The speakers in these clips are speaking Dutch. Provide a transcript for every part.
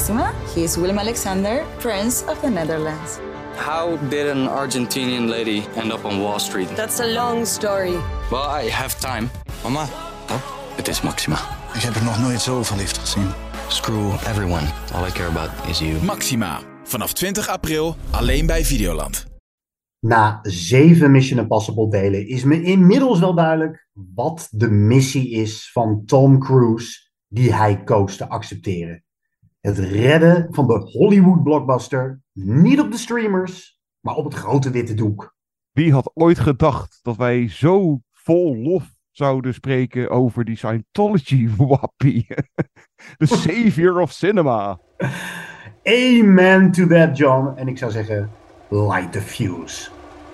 Maxima. He is Willem-Alexander, Prince of the Netherlands. How did an Argentinian lady end up on Wall Street? That's a long story. Well, I have time. Mama, Het is Maxima. ik heb er nog nooit zo verliefd gezien. Screw everyone. All I care about is you. Maxima. Vanaf 20 april alleen bij Videoland. Na 7 Mission Impossible delen is me inmiddels wel duidelijk wat de missie is van Tom Cruise die hij koos te accepteren. Het redden van de Hollywood-blockbuster, niet op de streamers, maar op het grote witte doek. Wie had ooit gedacht dat wij zo vol lof zouden spreken over die Scientology-wappie? The savior of cinema. Amen to that, John. En ik zou zeggen, light the fuse.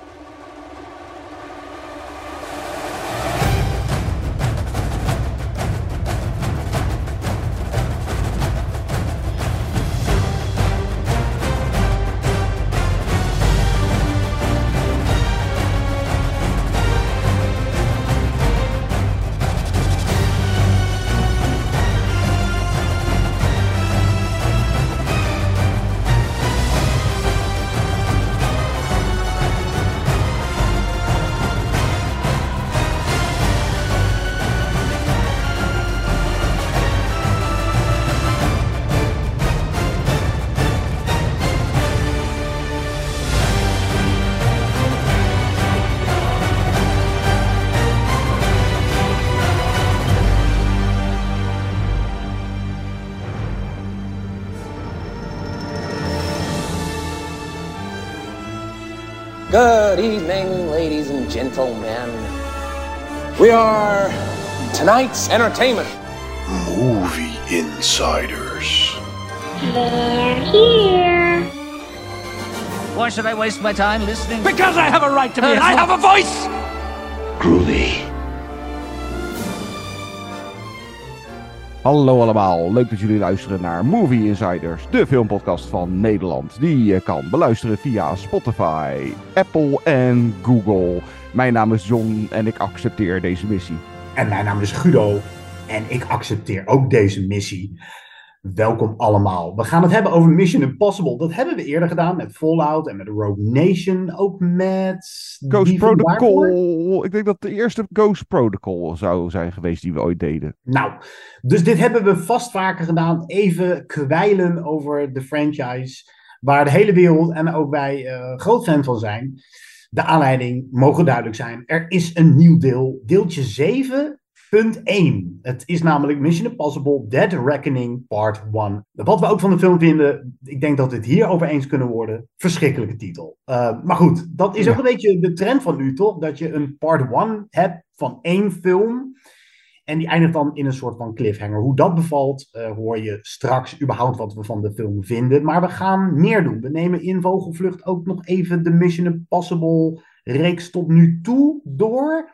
Good evening, ladies and gentlemen. We are tonight's entertainment. Movie Insiders. They're here. Why should I waste my time listening? Because I have a right to be. I have a voice. Groovy. Hallo allemaal, leuk dat jullie luisteren naar Movie Insiders, de filmpodcast van Nederland. Die je kan beluisteren via Spotify, Apple en Google. Mijn naam is John en ik accepteer deze missie. En mijn naam is Guido en ik accepteer ook deze missie. Welkom allemaal. We gaan het hebben over Mission Impossible. Dat hebben we eerder gedaan met Fallout en met Rogue Nation. Ook met Ghost Protocol. Ik denk dat de eerste Ghost Protocol zou zijn geweest die we ooit deden. Nou, dus dit hebben we vast vaker gedaan. Even kwijlen over de franchise. Waar de hele wereld en ook wij groot fan van zijn. De aanleiding mogen duidelijk zijn. Er is een nieuw deel. Deeltje 7. Punt 1. Het is namelijk Mission Impossible Dead Reckoning Part 1. Wat we ook van de film vinden, ik denk dat we het hier over eens kunnen worden. Verschrikkelijke titel. Maar goed, dat is ook een beetje de trend van nu, toch? Dat je een Part 1 hebt van 1 film. En die eindigt dan in een soort van cliffhanger. Hoe dat bevalt, hoor je straks überhaupt wat we van de film vinden. Maar we gaan meer doen. We nemen in vogelvlucht ook nog even de Mission Impossible reeks tot nu toe door.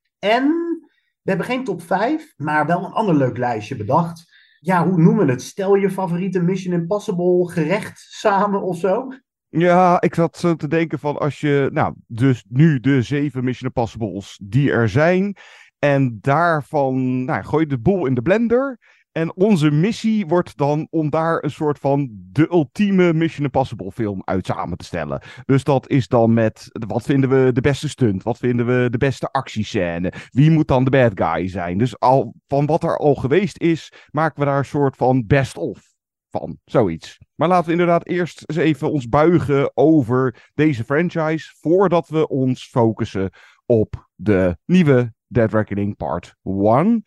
En we hebben geen top 5, maar wel een ander leuk lijstje bedacht. Ja, hoe noemen we het? Stel je favoriete Mission Impossible gerecht samen of zo? Ja, ik zat zo te denken van als je, dus nu de 7 Mission Impossibles die er zijn. En daarvan, gooi je de boel in de blender. En onze missie wordt dan om daar een soort van de ultieme Mission Impossible film uit samen te stellen. Dus dat is dan met, wat vinden we de beste stunt? Wat vinden we de beste actiescène? Wie moet dan de bad guy zijn? Dus al van wat er al geweest is, maken we daar een soort van best-of van. Zoiets. Maar laten we inderdaad eerst eens even ons buigen over deze franchise, voordat we ons focussen op de nieuwe Dead Reckoning Part 1.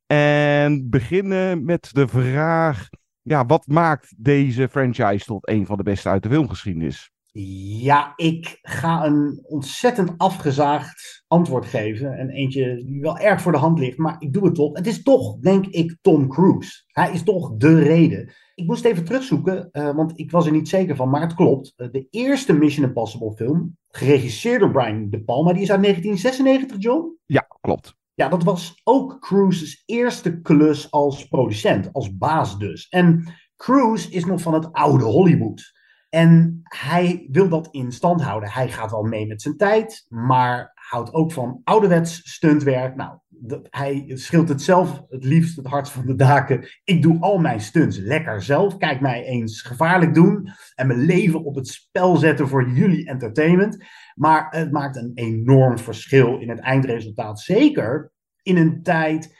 En beginnen met de vraag, wat maakt deze franchise tot een van de beste uit de filmgeschiedenis? Ja, ik ga een ontzettend afgezaagd antwoord geven. En eentje die wel erg voor de hand ligt, maar ik doe het toch. Het is toch, denk ik, Tom Cruise. Hij is toch de reden. Ik moest even terugzoeken, want ik was er niet zeker van, maar het klopt. De eerste Mission Impossible film, geregisseerd door Brian De Palma, die is uit 1996, John? Ja, klopt. Ja, dat was ook Cruise's eerste klus als producent, als baas dus. En Cruise is nog van het oude Hollywood. En hij wil dat in stand houden. Hij gaat wel mee met zijn tijd, maar houdt ook van ouderwets stuntwerk. Nou, hij schreeuwt het zelf het liefst het hart van de daken. Ik doe al mijn stunts lekker zelf. Kijk mij eens gevaarlijk doen. En mijn leven op het spel zetten voor jullie entertainment. Maar het maakt een enorm verschil in het eindresultaat. Zeker in een tijd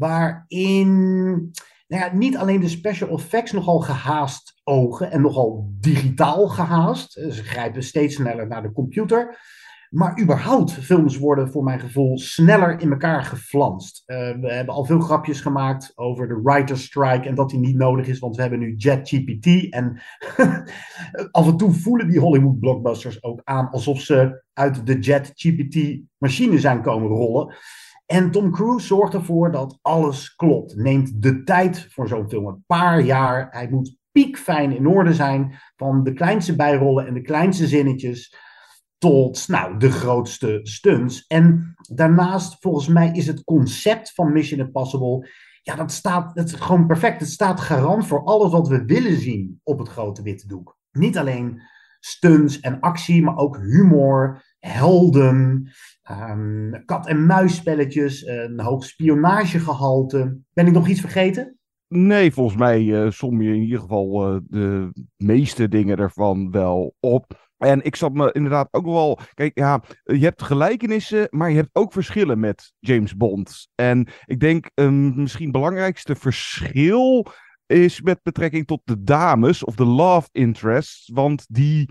waarin niet alleen de special effects nogal gehaast ogen. En nogal digitaal gehaast. Ze grijpen steeds sneller naar de computer. Maar überhaupt, films worden voor mijn gevoel sneller in elkaar geflanst. We hebben al veel grapjes gemaakt over de writer's strike en dat die niet nodig is, want we hebben nu ChatGPT. En af en toe voelen die Hollywood blockbusters ook aan alsof ze uit de ChatGPT-machine zijn komen rollen. En Tom Cruise zorgt ervoor dat alles klopt. Neemt de tijd voor zo'n film, een paar jaar. Hij moet piekfijn in orde zijn, van de kleinste bijrollen en de kleinste zinnetjes tot de grootste stunts. En daarnaast, volgens mij, is het concept van Mission Impossible, dat is gewoon perfect. Het staat garant voor alles wat we willen zien op het grote witte doek. Niet alleen stunts en actie, maar ook humor, helden, kat-en-muisspelletjes, een hoog spionagegehalte. Ben ik nog iets vergeten? Nee, volgens mij som je in ieder geval de meeste dingen ervan wel op. En ik zat me inderdaad ook wel... Kijk, ja, je hebt gelijkenissen, maar je hebt ook verschillen met James Bond. En ik denk misschien het belangrijkste verschil is met betrekking tot de dames of de love interests. Want die,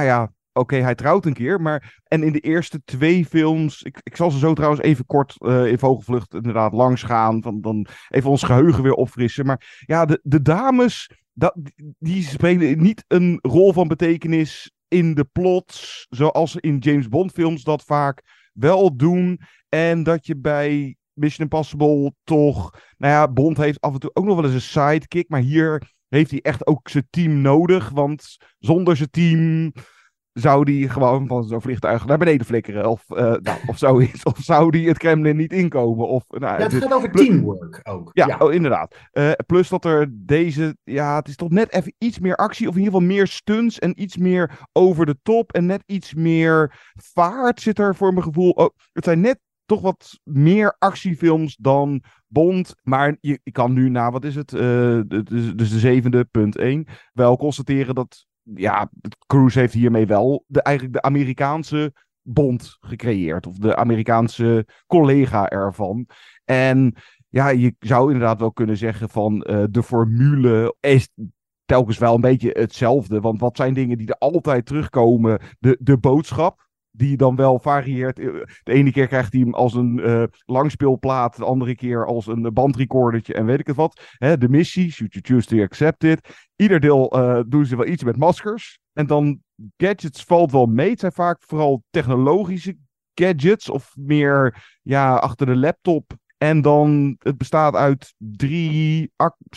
oké, hij trouwt een keer, maar... En in de eerste 2 films... Ik zal ze zo trouwens even kort in vogelvlucht inderdaad langs gaan. Dan even ons geheugen weer opfrissen. Maar ja, de dames, die spelen niet een rol van betekenis in de plots, zoals ze in James Bond films dat vaak wel doen. En dat je bij Mission Impossible toch... Bond heeft af en toe ook nog wel eens een sidekick, maar hier heeft hij echt ook zijn team nodig, want zonder zijn team zou die gewoon van zo'n vliegtuig naar beneden flikkeren. Of zoiets. Of zou die het Kremlin niet inkomen. Het gaat over teamwork ook. Ja. Oh, inderdaad. Plus dat er deze... Ja, het is toch net even iets meer actie. Of in ieder geval meer stunts. En iets meer over de top. En net iets meer vaart zit er voor mijn gevoel. Oh, het zijn net toch wat meer actiefilms dan Bond. Maar je kan nu wat is het? Dus de 7e, punt 1. Wel constateren dat... Ja, Cruise heeft hiermee wel eigenlijk de Amerikaanse Bond gecreëerd. Of de Amerikaanse collega ervan. En ja, je zou inderdaad wel kunnen zeggen van de formule is telkens wel een beetje hetzelfde. Want wat zijn dingen die er altijd terugkomen? De boodschap. Die dan wel varieert. De ene keer krijgt hij hem als een langspeelplaat. De andere keer als een bandrecordertje. En weet ik het wat. De missie. Should you choose to accept it. Ieder deel doen ze wel iets met maskers. En dan gadgets valt wel mee. Het zijn vaak vooral technologische gadgets. Of meer achter de laptop. En dan het bestaat uit 3,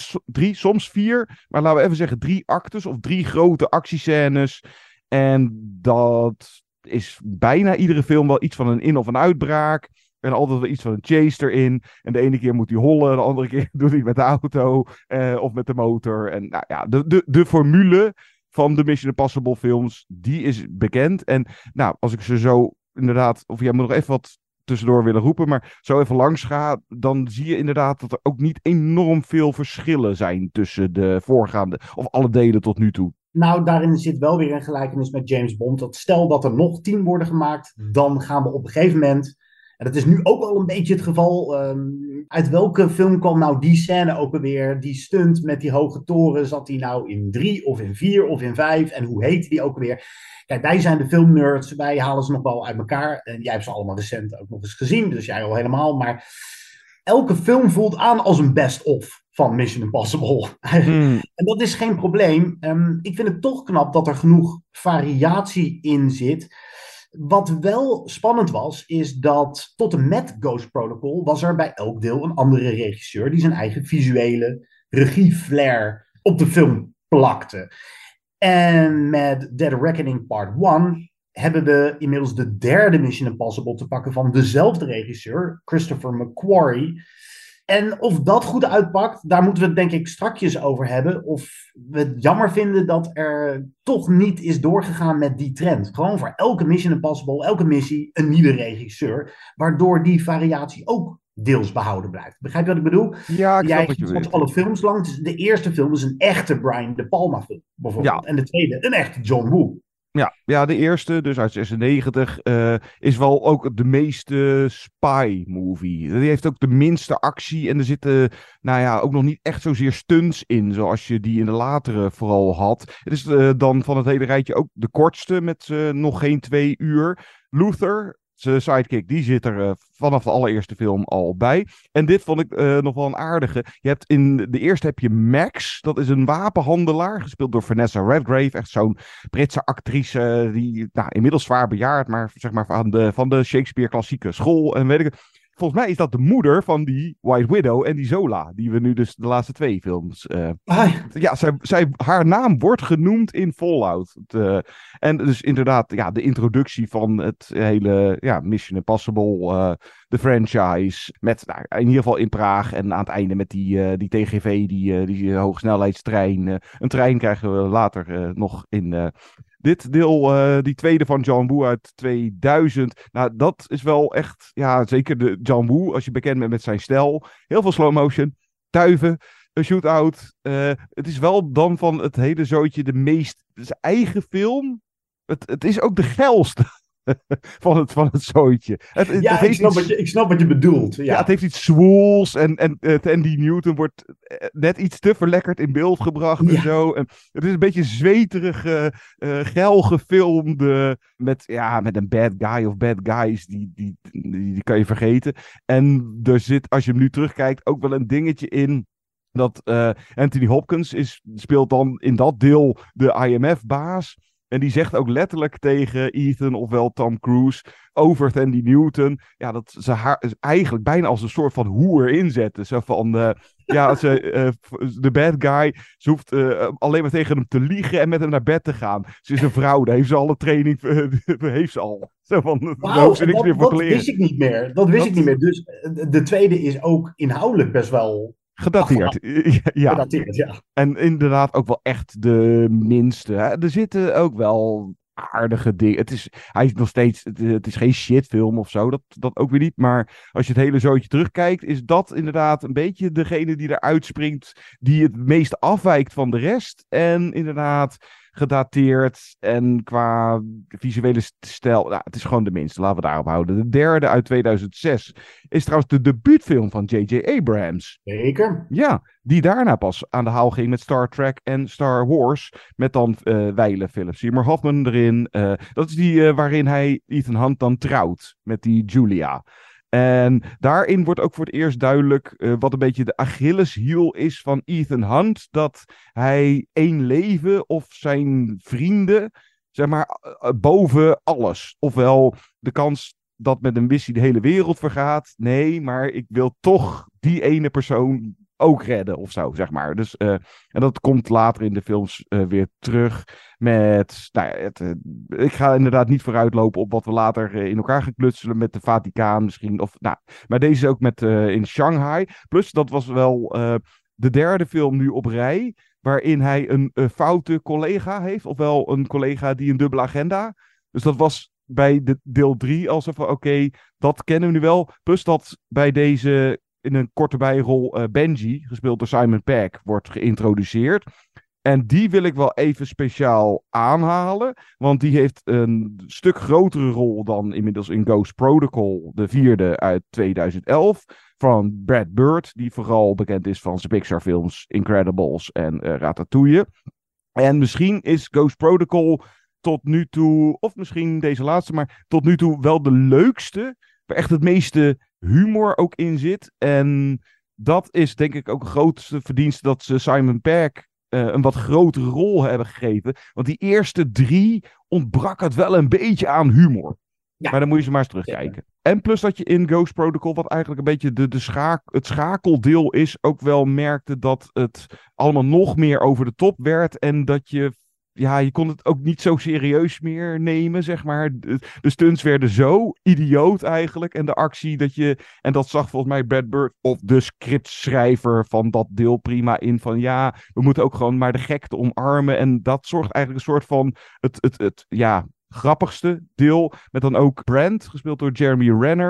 soms 4. Maar laten we even zeggen 3 actes. Of 3 grote actiescènes. En dat is bijna iedere film wel iets van een in- of een uitbraak. En altijd wel iets van een chase erin. En de ene keer moet hij hollen. De andere keer doet hij het met de auto. Of met de motor. En de formule van de Mission Impossible films, die is bekend. En als ik ze zo inderdaad... Of jij moet nog even wat tussendoor willen roepen. Maar zo even langs ga, dan zie je inderdaad dat er ook niet enorm veel verschillen zijn tussen de voorgaande... Of alle delen tot nu toe. Daarin zit wel weer een gelijkenis met James Bond. Dat stel dat er nog 10 worden gemaakt, dan gaan we op een gegeven moment... En dat is nu ook al een beetje het geval. Uit welke film kwam die scène ook alweer? Die stunt met die hoge toren. Zat die in 3 of in 4 of in 5? En hoe heette die ook alweer? Kijk, wij zijn de filmnerds. Wij halen ze nog wel uit elkaar. En jij hebt ze allemaal recent ook nog eens gezien. Dus jij al helemaal. Maar elke film voelt aan als een best-of van Mission Impossible. En dat is geen probleem. Ik vind het toch knap dat er genoeg variatie in zit. Wat wel spannend was, is dat tot en met Ghost Protocol was er bij elk deel een andere regisseur die zijn eigen visuele regie-flair op de film plakte. En met Dead Reckoning Part 1 hebben we inmiddels de 3e Mission Impossible te pakken van dezelfde regisseur, Christopher McQuarrie. En of dat goed uitpakt, daar moeten we het denk ik strakjes over hebben. Of we het jammer vinden dat er toch niet is doorgegaan met die trend. Gewoon voor elke Mission Impossible, elke missie, een nieuwe regisseur. Waardoor die variatie ook deels behouden blijft. Begrijp je wat ik bedoel? Ja, ik snap Jij wat je gaat bedoelt. alle films lang. Dus de eerste film is een echte Brian De Palma film, bijvoorbeeld. En de tweede een echte John Woo. Ja, de eerste, dus uit 96, is wel ook de meeste spy-movie. Die heeft ook de minste actie en er zitten, ook nog niet echt zozeer stunts in, zoals je die in de latere vooral had. Het is dan van het hele rijtje ook de kortste, met nog geen 2 uur. Luther, zijn sidekick, die zit er vanaf de allereerste film al bij. En dit vond ik nog wel een aardige. Je hebt in de eerste heb je Max. Dat is een wapenhandelaar, gespeeld door Vanessa Redgrave. Echt zo'n Britse actrice die inmiddels zwaar bejaard, maar zeg maar van de Shakespeare klassieke school. En weet ik. Volgens mij is dat de moeder van die White Widow en die Zola, die we nu dus de laatste 2 films... Ja, haar naam wordt genoemd in Fallout. En dus inderdaad, de introductie van het hele Mission Impossible, de franchise, met in ieder geval in Praag en aan het einde met die TGV, die hogesnelheidstrein. Een trein krijgen we later nog in... Dit deel, die tweede van John Woo uit 2000. Nou, dat is wel echt, zeker de John Woo, als je bekend bent met zijn stijl. Heel veel slow motion, tuiven, een shootout. Het is wel dan van het hele zootje de meest zijn eigen film. Het is ook de geilste van het zootje. Ik snap wat je bedoelt. Ja, het heeft iets zwoels en Tandy Newton wordt net iets te verlekkerd in beeld gebracht en zo. En het is een beetje zweterige, geil gefilmde met een bad guy of bad guys, die kan je vergeten. En er zit, als je hem nu terugkijkt, ook wel een dingetje in dat Anthony Hopkins speelt dan in dat deel de IMF-baas. En die zegt ook letterlijk tegen Ethan, ofwel Tom Cruise, over Tandy Newton, dat ze haar eigenlijk bijna als een soort van hoer inzetten. Zo van, de bad guy, ze hoeft alleen maar tegen hem te liegen en met hem naar bed te gaan. Ze is een vrouw, daar heeft ze alle training, heeft ze al. Zo van, dat wist ik niet meer. Dat wist ik niet meer. Dus de tweede is ook inhoudelijk best wel... Gedateerd. Ja. En inderdaad ook wel echt de minste. Hè? Er zitten ook wel aardige dingen. Hij is nog steeds... Het is geen shitfilm of zo. Dat ook weer niet. Maar als je het hele zootje terugkijkt, is dat inderdaad een beetje degene die eruit springt, die het meest afwijkt van de rest. En inderdaad gedateerd en qua visuele stijl, het is gewoon de minste, laten we daarop houden. De derde uit 2006 is trouwens de debuutfilm van J.J. Abrams. Zeker. Ja, die daarna pas aan de haal ging met Star Trek en Star Wars, met dan wijlen Philip Seymour Hoffman erin. Dat is die waarin hij Ethan Hunt dan trouwt met die Julia. En daarin wordt ook voor het eerst duidelijk wat een beetje de Achilleshiel is van Ethan Hunt. Dat hij één leven of zijn vrienden, zeg maar, boven alles. Ofwel de kans dat met een missie de hele wereld vergaat. Nee, maar ik wil toch die ene persoon ook redden of zo, zeg maar. Dus, en dat komt later in de films weer terug met... ik ga inderdaad niet vooruitlopen op wat we later in elkaar gaan klutselen met de Vaticaan misschien. Maar deze is ook met in Shanghai. Plus, dat was wel de derde film nu op rij, waarin hij een foute collega heeft. Ofwel een collega die een dubbele agenda. Dus dat was bij de deel 3 alsof van oké, dat kennen we nu wel. Plus dat bij deze... in een korte bijrol Benji, gespeeld door Simon Pegg, wordt geïntroduceerd. En die wil ik wel even speciaal aanhalen. Want die heeft een stuk grotere rol dan inmiddels in Ghost Protocol, de 4e uit 2011. Van Brad Bird, die vooral bekend is van zijn Pixar films Incredibles en Ratatouille. En misschien is Ghost Protocol tot nu toe, of misschien deze laatste, maar tot nu toe wel de leukste. Waar echt het meeste humor ook in zit. En dat is denk ik ook een grootste verdienste dat ze Simon Pegg een wat grotere rol hebben gegeven. Want die eerste 3 ontbrak het wel een beetje aan humor. Ja. Maar dan moet je ze maar eens terugkijken. Ja. En plus dat je in Ghost Protocol, wat eigenlijk een beetje het schakeldeel is, ook wel merkte dat het allemaal nog meer over de top werd. En dat je kon het ook niet zo serieus meer nemen, zeg maar. De stunts werden zo idioot eigenlijk. En de actie en dat zag volgens mij Brad Bird, of de scriptschrijver van dat deel prima in. Van we moeten ook gewoon maar de gekte omarmen. En dat zorgt eigenlijk een soort van het grappigste deel. Met dan ook Brent, gespeeld door Jeremy Renner.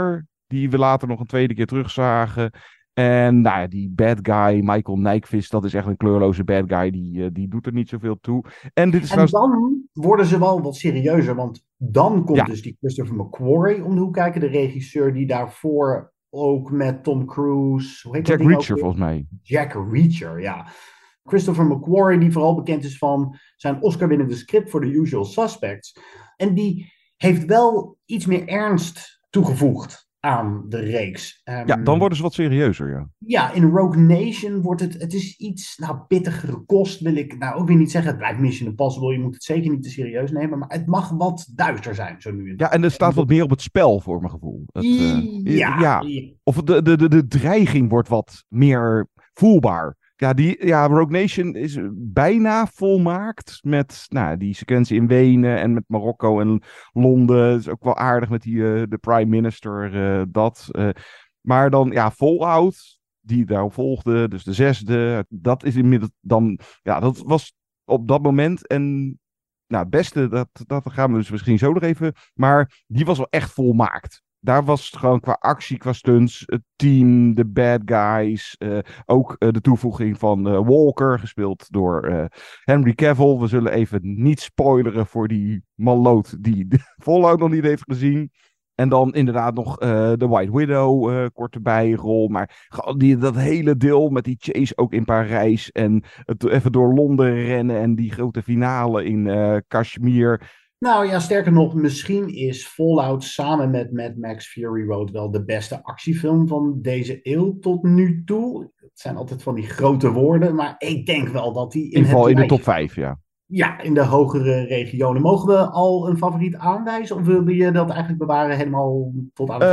die we later nog een tweede keer terugzagen. En nou ja, die bad guy, Michael Nyqvist, dat is echt een kleurloze bad guy. Die doet er niet zoveel toe. En dan worden ze wel wat serieuzer, want dan komt dus die Christopher McQuarrie om de hoek kijken. De regisseur die daarvoor ook met Tom Cruise... Hoe heet Jack Reacher volgens mij. Jack Reacher, ja. Christopher McQuarrie, die vooral bekend is van zijn Oscar-winnende script voor The Usual Suspects. En die heeft wel iets meer ernst toegevoegd aan de reeks. Dan worden ze wat serieuzer, ja. Ja, in Rogue Nation wordt het is iets pittigere kost, wil ik nou ook weer niet zeggen. Het blijft Mission Impossible, je moet het zeker niet te serieus nemen, maar het mag wat duister zijn, zo nu en dan. Ja, en er staat wat meer op het spel, voor mijn gevoel. Of de dreiging wordt wat meer voelbaar. Ja, Rogue Nation is bijna volmaakt met die sequentie in Wenen en met Marokko en Londen. Het is ook wel aardig met de prime minister, maar dan, Fallout, die daarop volgde, dus de 6e, dat is inmiddels dan, dat was op dat moment en, het beste, dat gaan we dus misschien zo nog even, maar die was wel echt volmaakt. Daar was het gewoon qua actie, qua stunts, het team, de bad guys. Ook de toevoeging van Walker, gespeeld door Henry Cavill. We zullen even niet spoileren voor die malloot die Fallout nog niet heeft gezien. En dan inderdaad nog de White Widow korte bijrol. Maar dat hele deel met die chase ook in Parijs. En het even door Londen rennen en die grote finale in Kashmir. Nou ja, sterker nog, misschien is Fallout samen met Mad Max Fury Road wel de beste actiefilm van deze eeuw tot nu toe. Het zijn altijd van die grote woorden, maar ik denk wel dat die in de top 5, ja. Ja, in de hogere regionen. Mogen we al een favoriet aanwijzen? Of wil je dat eigenlijk bewaren helemaal tot aan het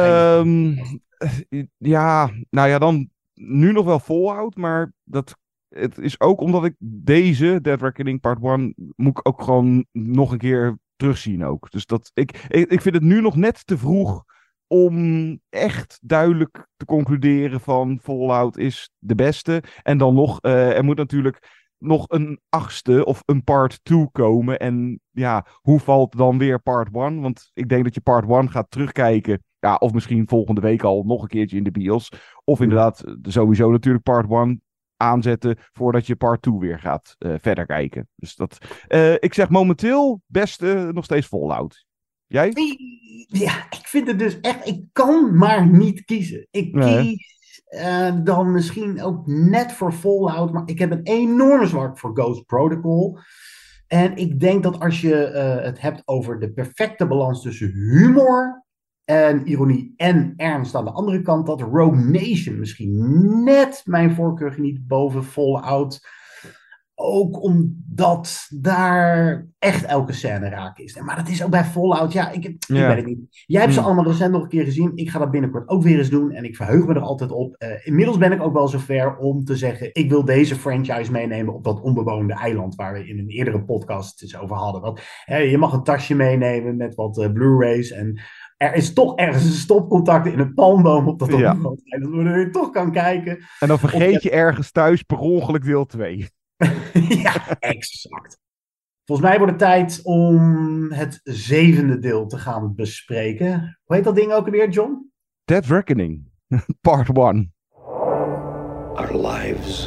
einde? Dan nu nog wel Fallout, maar het is ook omdat ik deze, Dead Reckoning Part 1, moet ik ook gewoon nog een keer terugzien ook. Dus ik vind het nu nog net te vroeg om echt duidelijk te concluderen van Fallout is de beste. En dan nog, er moet natuurlijk nog een 8e of een part 2 komen. En hoe valt dan weer part 1? Want ik denk dat je part 1 gaat terugkijken. Ja, of misschien volgende week al nog een keertje in de bios. Of inderdaad sowieso natuurlijk part 1 aanzetten voordat je part 2 weer gaat verder kijken. Dus ik zeg momenteel beste nog steeds Fallout. Jij? Ja, ik vind het dus echt, ik kan maar niet kiezen. Ik kies dan misschien ook net voor Fallout, maar ik heb een enorm zwak voor Ghost Protocol. En ik denk dat als je het hebt over de perfecte balans tussen humor en ironie en ernst aan de andere kant, dat Rogue Nation misschien net mijn voorkeur geniet boven Fallout. Ook omdat daar echt elke scène raak is. Maar dat is ook bij Fallout. Ik weet het niet. Jij hebt ze allemaal recent nog een keer gezien. Ik ga dat binnenkort ook weer eens doen. En ik verheug me er altijd op. Inmiddels ben ik ook wel zover om te zeggen, ik wil deze franchise meenemen op dat onbewoonde eiland waar we in een eerdere podcast het over hadden. Want je mag een tasje meenemen met wat Blu-rays en er is toch ergens een stopcontact in een palmboom op dat onbewoonde eiland, waardoor je toch kan kijken. En dan vergeet je ergens thuis per ongeluk deel 2. Ja, exact. Volgens mij wordt het tijd om het 7e deel te gaan bespreken. Hoe heet dat ding ook alweer, John? Dead Reckoning, part 1. Our lives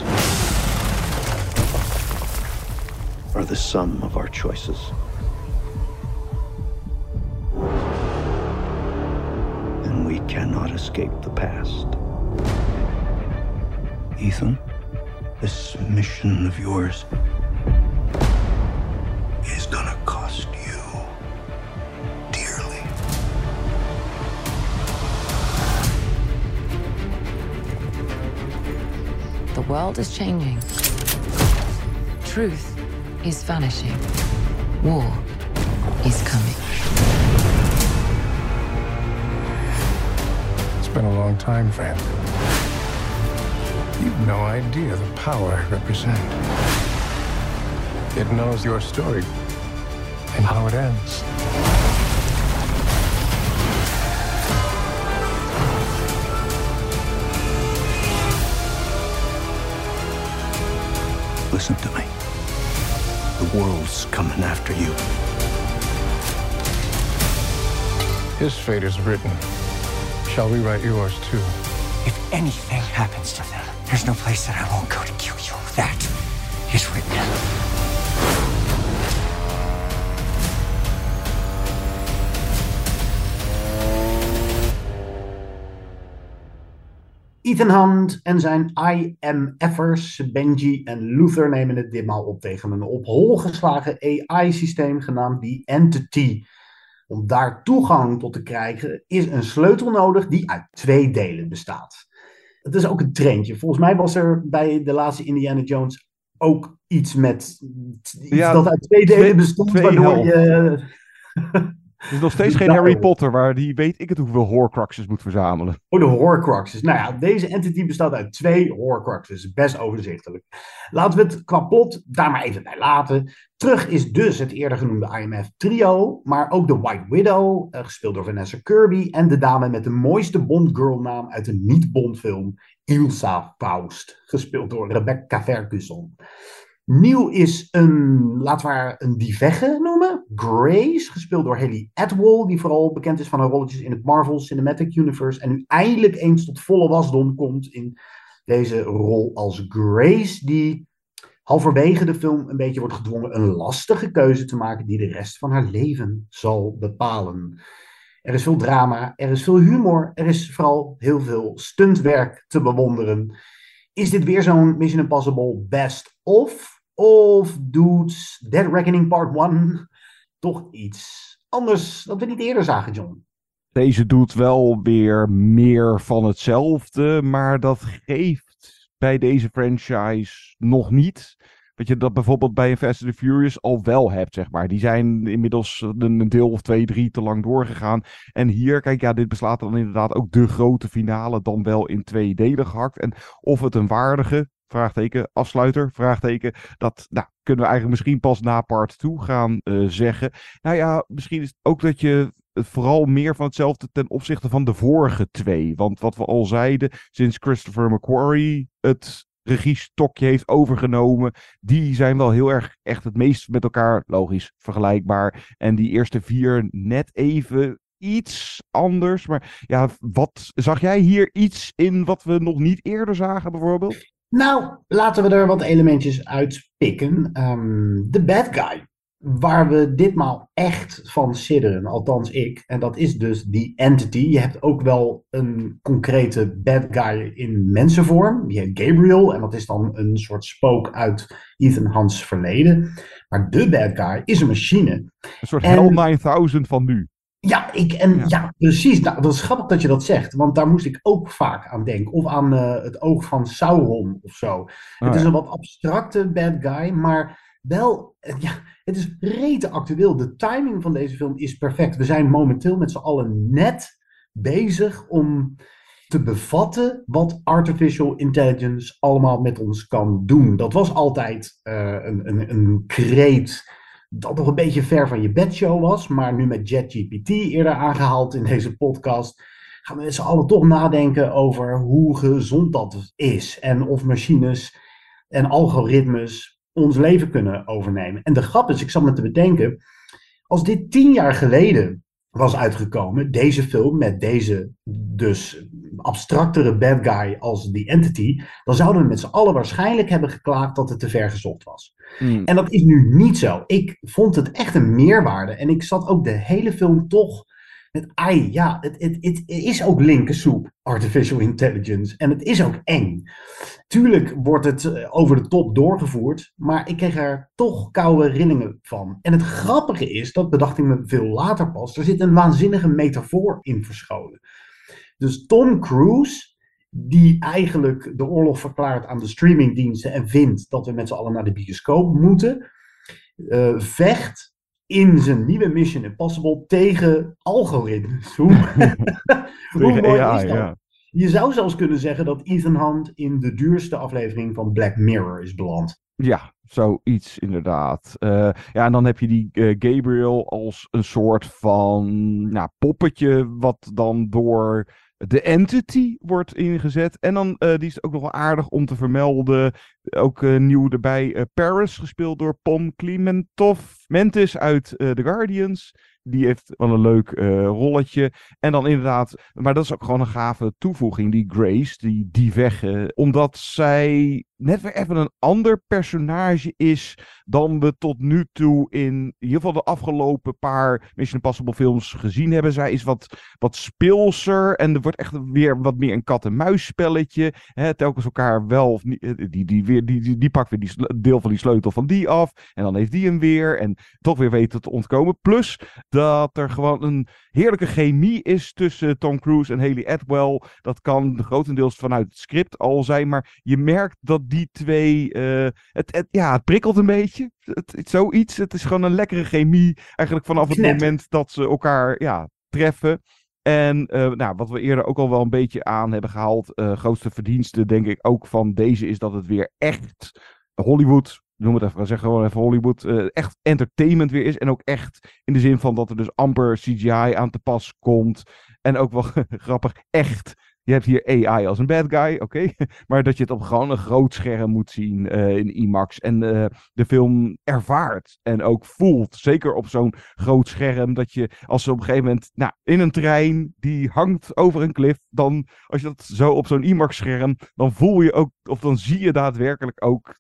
are the sum of our choices. And we cannot escape the past. Ethan? This mission of yours is gonna cost you dearly. The world is changing. Truth is vanishing. War is coming. It's been a long time, friend. You've no idea the power I represent. It knows your story and how it ends. Listen to me. The world's coming after you. His fate is written. shall rewrite yours too. If anything happens to them, there's no place that I won't go to kill you. That is written. Ethan Hunt en zijn IMF'ers, Benji en Luther, nemen het ditmaal op tegen een op hol geslagen AI-systeem genaamd The Entity. Om daar toegang tot te krijgen is een sleutel nodig die uit 2 delen bestaat. Het is ook een trendje. Volgens mij was er bij de laatste Indiana Jones ook iets met iets dat uit 2 delen bestond, waardoor je... Het is nog steeds geen Harry Potter, waar die weet ik het hoeveel Horcruxes moet verzamelen. Oh, de Horcruxes. Nou ja, deze entity bestaat uit 2 Horcruxes. Best overzichtelijk. Laten we het qua plot daar maar even bij laten. Terug is dus het eerder genoemde IMF trio, maar ook de White Widow, gespeeld door Vanessa Kirby, en de dame met de mooiste Bond-girl naam uit een niet-Bond film, Ilsa Faust, gespeeld door Rebecca Ferguson. Nieuw is laten we haar een dievegge noemen. Grace, gespeeld door Haley Atwell, die vooral bekend is van haar rolletjes in het Marvel Cinematic Universe. En nu eindelijk eens tot volle wasdom komt in deze rol als Grace, die halverwege de film een beetje wordt gedwongen een lastige keuze te maken die de rest van haar leven zal bepalen. Er is veel drama, er is veel humor, er is vooral heel veel stuntwerk te bewonderen. Is dit weer zo'n Mission Impossible Best Of? Of doet Dead Reckoning Part 1 toch iets anders dat we niet eerder zagen, John? Deze doet wel weer meer van hetzelfde, maar dat geeft bij deze franchise nog niet. Wat je dat bijvoorbeeld bij Fast and the Furious al wel hebt, zeg maar. Die zijn inmiddels een deel of 2, 3 te lang doorgegaan. En hier, kijk, ja, dit beslaat dan inderdaad ook de grote finale dan wel in 2 delen gehakt. En of het een waardige, vraagteken, afsluiter, vraagteken, dat kunnen we eigenlijk misschien pas na part 2 gaan zeggen. Nou ja, misschien is het ook dat je vooral meer van hetzelfde ten opzichte van de vorige 2. Want wat we al zeiden, sinds Christopher McQuarrie het regiestokje heeft overgenomen, die zijn wel heel erg echt het meest met elkaar logisch vergelijkbaar. En die eerste 4 net even iets anders. Maar ja, wat zag jij hier iets in wat we nog niet eerder zagen bijvoorbeeld? Nou, laten we er wat elementjes uit pikken. De bad guy, waar we ditmaal echt van sidderen, althans ik. En dat is dus die entity. Je hebt ook wel een concrete bad guy in mensenvorm. Die heet Gabriel en dat is dan een soort spook uit Ethan Hunt's verleden. Maar de bad guy is een machine. Een soort Hell 9000 van nu. Ja, precies. Nou, dat is grappig dat je dat zegt, want daar moest ik ook vaak aan denken. Of aan het oog van Sauron of zo. Het is een wat abstracte bad guy, maar wel, het is rete actueel. De timing van deze film is perfect. We zijn momenteel met z'n allen net bezig om te bevatten wat artificial intelligence allemaal met ons kan doen. Dat was altijd een kreet dat nog een beetje ver van je bedshow was, maar nu met ChatGPT eerder aangehaald in deze podcast, gaan we met z'n allen toch nadenken over hoe gezond dat is en of machines en algoritmes ons leven kunnen overnemen. En de grap is, ik zat me te bedenken, als dit 10 jaar geleden was uitgekomen, deze film met deze dus abstractere bad guy als The Entity, dan zouden we met z'n allen waarschijnlijk hebben geklaagd dat het te ver gezocht was. En dat is nu niet zo. Ik vond het echt een meerwaarde en ik zat ook de hele film toch met het is ook linkersoep, artificial intelligence, en het is ook eng. Tuurlijk wordt het over de top doorgevoerd, maar ik kreeg er toch koude rillingen van. En het grappige is, dat bedacht ik me veel later pas, er zit een waanzinnige metafoor in verscholen. Dus Tom Cruise, die eigenlijk de oorlog verklaart aan de streamingdiensten en vindt dat we met z'n allen naar de bioscoop moeten, vecht in zijn nieuwe Mission Impossible tegen algoritmes. Hoe mooi AI, is dat? Ja. Je zou zelfs kunnen zeggen dat Ethan Hunt in de duurste aflevering van Black Mirror is beland. Ja, zoiets inderdaad. En dan heb je die Gabriel als een soort van poppetje wat dan door de Entity wordt ingezet. En dan, die is ook nog wel aardig om te vermelden, ook nieuw erbij, Paris, gespeeld door Pom Klementieff Mentis uit The Guardians. die heeft wel een leuk rolletje. En dan inderdaad, maar dat is ook gewoon een gave toevoeging, die Grace, die Vegge. Omdat zij net weer even een ander personage is dan we tot nu toe in ieder geval de afgelopen paar Mission Impossible films gezien hebben. Zij is wat speelser en er wordt echt weer wat meer een kat-en-muis spelletje. Telkens elkaar wel of niet, die pakt weer die deel van die sleutel van die af en dan heeft die hem weer en toch weer weten te ontkomen. Plus dat er gewoon een heerlijke chemie is tussen Tom Cruise en Hayley Atwell. Dat kan grotendeels vanuit het script al zijn, maar je merkt dat die twee, het prikkelt een beetje. Zoiets. Het is gewoon een lekkere chemie. Eigenlijk vanaf het moment dat ze elkaar treffen. En wat we eerder ook al wel een beetje aan hebben gehaald. Grootste verdienste denk ik ook van deze is dat het weer echt Hollywood, noem het even, zeg gewoon even Hollywood, echt entertainment weer is. En ook echt in de zin van dat er dus amper CGI aan te pas komt. En ook wel grappig, echt. Je hebt hier AI als een bad guy, oké. Maar dat je het op gewoon een groot scherm moet zien in IMAX. En de film ervaart en ook voelt. Zeker op zo'n groot scherm. Dat je als ze op een gegeven moment in een trein die hangt over een klif. Dan als je dat zo op zo'n IMAX scherm. Dan voel je ook, of dan zie je daadwerkelijk ook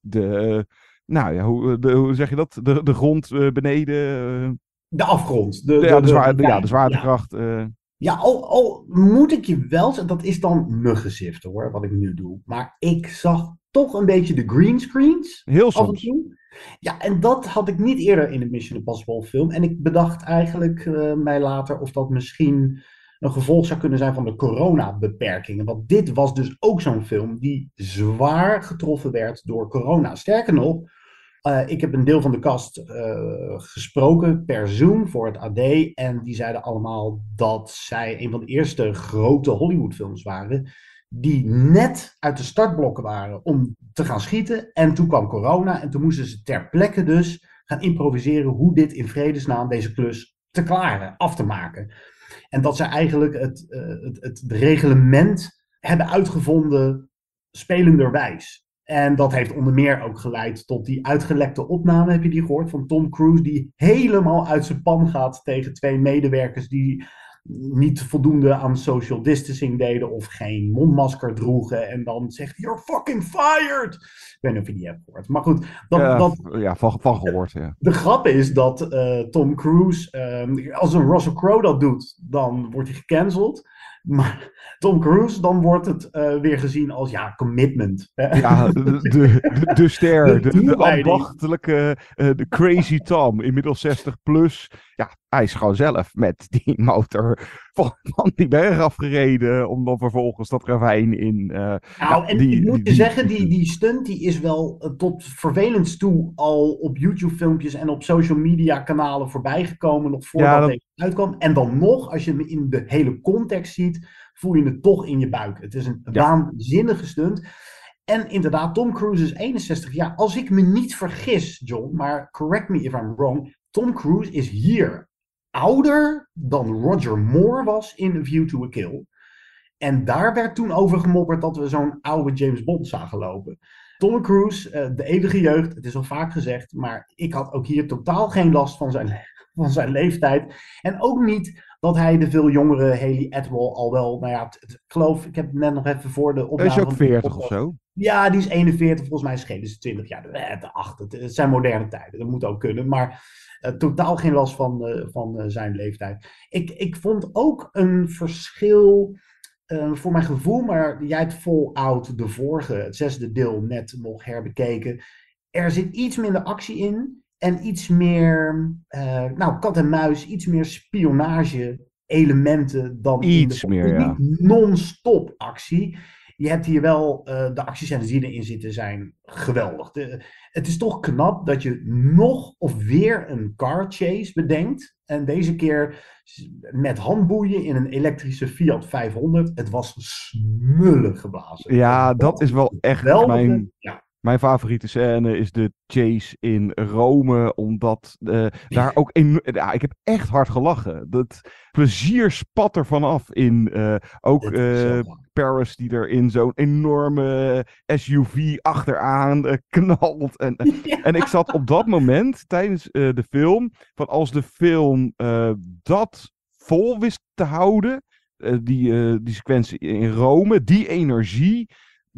hoe zeg je dat? De grond beneden. De afgrond. De zwaartekracht. Ja, al moet ik je wel zeggen, dat is dan muggenziften hoor, wat ik nu doe. Maar ik zag toch een beetje de greenscreens. Heel soms. Ja, en dat had ik niet eerder in de Mission Impossible film. En ik bedacht eigenlijk mij later of dat misschien een gevolg zou kunnen zijn van de coronabeperkingen. Want dit was dus ook zo'n film die zwaar getroffen werd door corona. Sterker nog, ik heb een deel van de cast gesproken per Zoom voor het AD. En die zeiden allemaal dat zij een van de eerste grote Hollywoodfilms waren. Die net uit de startblokken waren om te gaan schieten. En toen kwam corona en toen moesten ze ter plekke dus gaan improviseren hoe dit in vredesnaam deze klus te klaren, af te maken. En dat zij eigenlijk het reglement hebben uitgevonden spelenderwijs. En dat heeft onder meer ook geleid tot die uitgelekte opname, heb je die gehoord, van Tom Cruise, die helemaal uit zijn pan gaat tegen twee medewerkers die niet voldoende aan social distancing deden of geen mondmasker droegen. En dan zegt hij, you're fucking fired! Ik weet niet of je die hebt gehoord. Maar goed. Van gehoord, ja. De grap is dat Tom Cruise, als een Russell Crowe dat doet, dan wordt hij gecanceld. Maar Tom Cruise, dan wordt het weer gezien als commitment. Ja, de ster, de ambachtelijke, de crazy Tom, inmiddels 60 plus. Ja, hij is gewoon zelf met die motor van die berg afgereden, om dan vervolgens dat ravijn in... ik moet je zeggen, die stunt die is wel tot vervelend toe al op YouTube-filmpjes en op social media kanalen voorbijgekomen, nog voordat deze uitkwam. En dan nog, als je hem in de hele context ziet, voel je het toch in je buik. Het is een waanzinnige stunt. En inderdaad, Tom Cruise is 61 jaar. Als ik me niet vergis, John, maar correct me if I'm wrong, Tom Cruise is hier ouder dan Roger Moore was in A View to a Kill. En daar werd toen over gemopperd dat we zo'n oude James Bond zagen lopen. Tom Cruise, de eeuwige jeugd, het is al vaak gezegd, maar ik had ook hier totaal geen last van zijn leeftijd. En ook niet dat hij de veel jongere Hayley Atwell al wel, ik geloof, ik heb het net nog even voor de opname. Hij is ook 40 of zo? Ja, die is 41, volgens mij schelen ze 20 jaar. De 8, het zijn moderne tijden, dat moet ook kunnen. Maar totaal geen last van zijn leeftijd. Ik vond ook een verschil, voor mijn gevoel, maar jij hebt Fallout, de vorige, het 6e deel, net nog herbekeken. Er zit iets minder actie in. En iets meer, kat en muis, iets meer spionage-elementen dan iets meer, niet non-stop actie. Je hebt hier wel, de actiescènes die erin zitten zijn geweldig. Het is toch knap dat je nog of weer een car chase bedenkt. En deze keer met handboeien in een elektrische Fiat 500. Het was smullig geblazen. Ja, dat is wel echt Mijn favoriete scène is de chase in Rome, omdat daar ook ik heb echt hard gelachen. Dat plezier spat er vanaf in ook Paris die er in zo'n enorme SUV achteraan knalt. En ik zat op dat moment tijdens de film, van als de film dat vol wist te houden, die sequentie in Rome, die energie,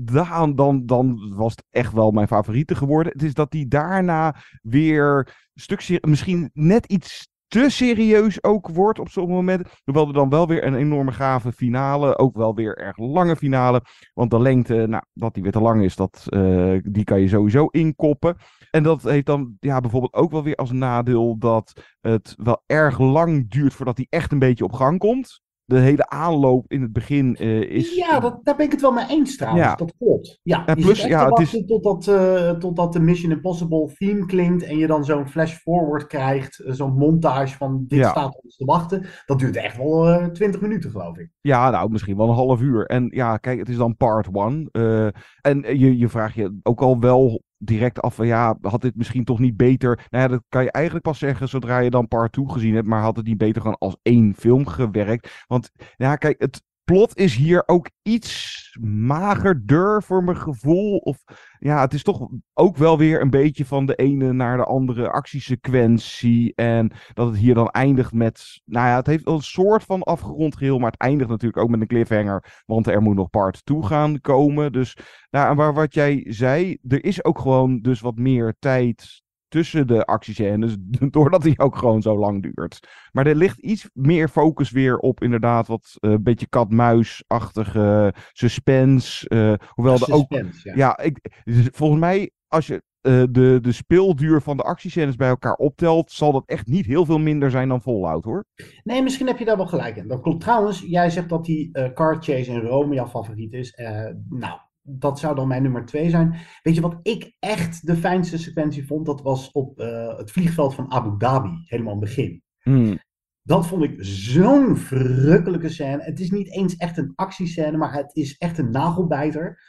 dan was het echt wel mijn favoriete geworden. Het is dat die daarna weer misschien net iets te serieus ook wordt op zo'n moment. Hoewel er dan wel weer een enorme gave finale, ook wel weer erg lange finale. Want de lengte, dat die weer te lang is, die kan je sowieso inkoppen. En dat heeft dan bijvoorbeeld ook wel weer als nadeel dat het wel erg lang duurt voordat hij echt een beetje op gang komt. De hele aanloop in het begin is... Ja, daar ben ik het wel mee eens trouwens. Ja. Dat klopt. Ja, je plus, zit echt te wachten totdat de Mission Impossible theme klinkt en je dan zo'n flash-forward krijgt. Zo'n montage van dit staat ons te wachten. Dat duurt echt wel 20 minuten, geloof ik. Ja, misschien wel een half uur. En kijk, het is dan part 1. En je vraagt je ook al wel direct af van had dit misschien toch niet beter... dat kan je eigenlijk pas zeggen zodra je dan part 2 gezien hebt, maar had het niet beter gewoon als één film gewerkt? Want kijk, het plot is hier ook iets magerder voor mijn gevoel. Of het is toch ook wel weer een beetje van de ene naar de andere actiesequentie. En dat het hier dan eindigt met... het heeft wel een soort van afgerond geheel, maar het eindigt natuurlijk ook met een cliffhanger. Want er moet nog part 2 gaan komen. Dus, maar wat jij zei, er is ook gewoon dus wat meer tijd tussen de actiescènes, doordat hij ook gewoon zo lang duurt. Maar er ligt iets meer focus weer op inderdaad wat een beetje kat-muis-achtige suspense. Hoewel volgens mij, als je de speelduur van de actiescènes bij elkaar optelt, zal dat echt niet heel veel minder zijn dan Fallout, hoor. Nee, misschien heb je daar wel gelijk in. Dat klopt. Trouwens, jij zegt dat die car chase in Rome jouw favoriet is. Dat zou dan mijn nummer 2 zijn. Weet je wat ik echt de fijnste sequentie vond? Dat was op het vliegveld van Abu Dhabi, helemaal in het begin. Dat vond ik zo'n verrukkelijke scène. Het is niet eens echt een actiescène, maar het is echt een nagelbijter.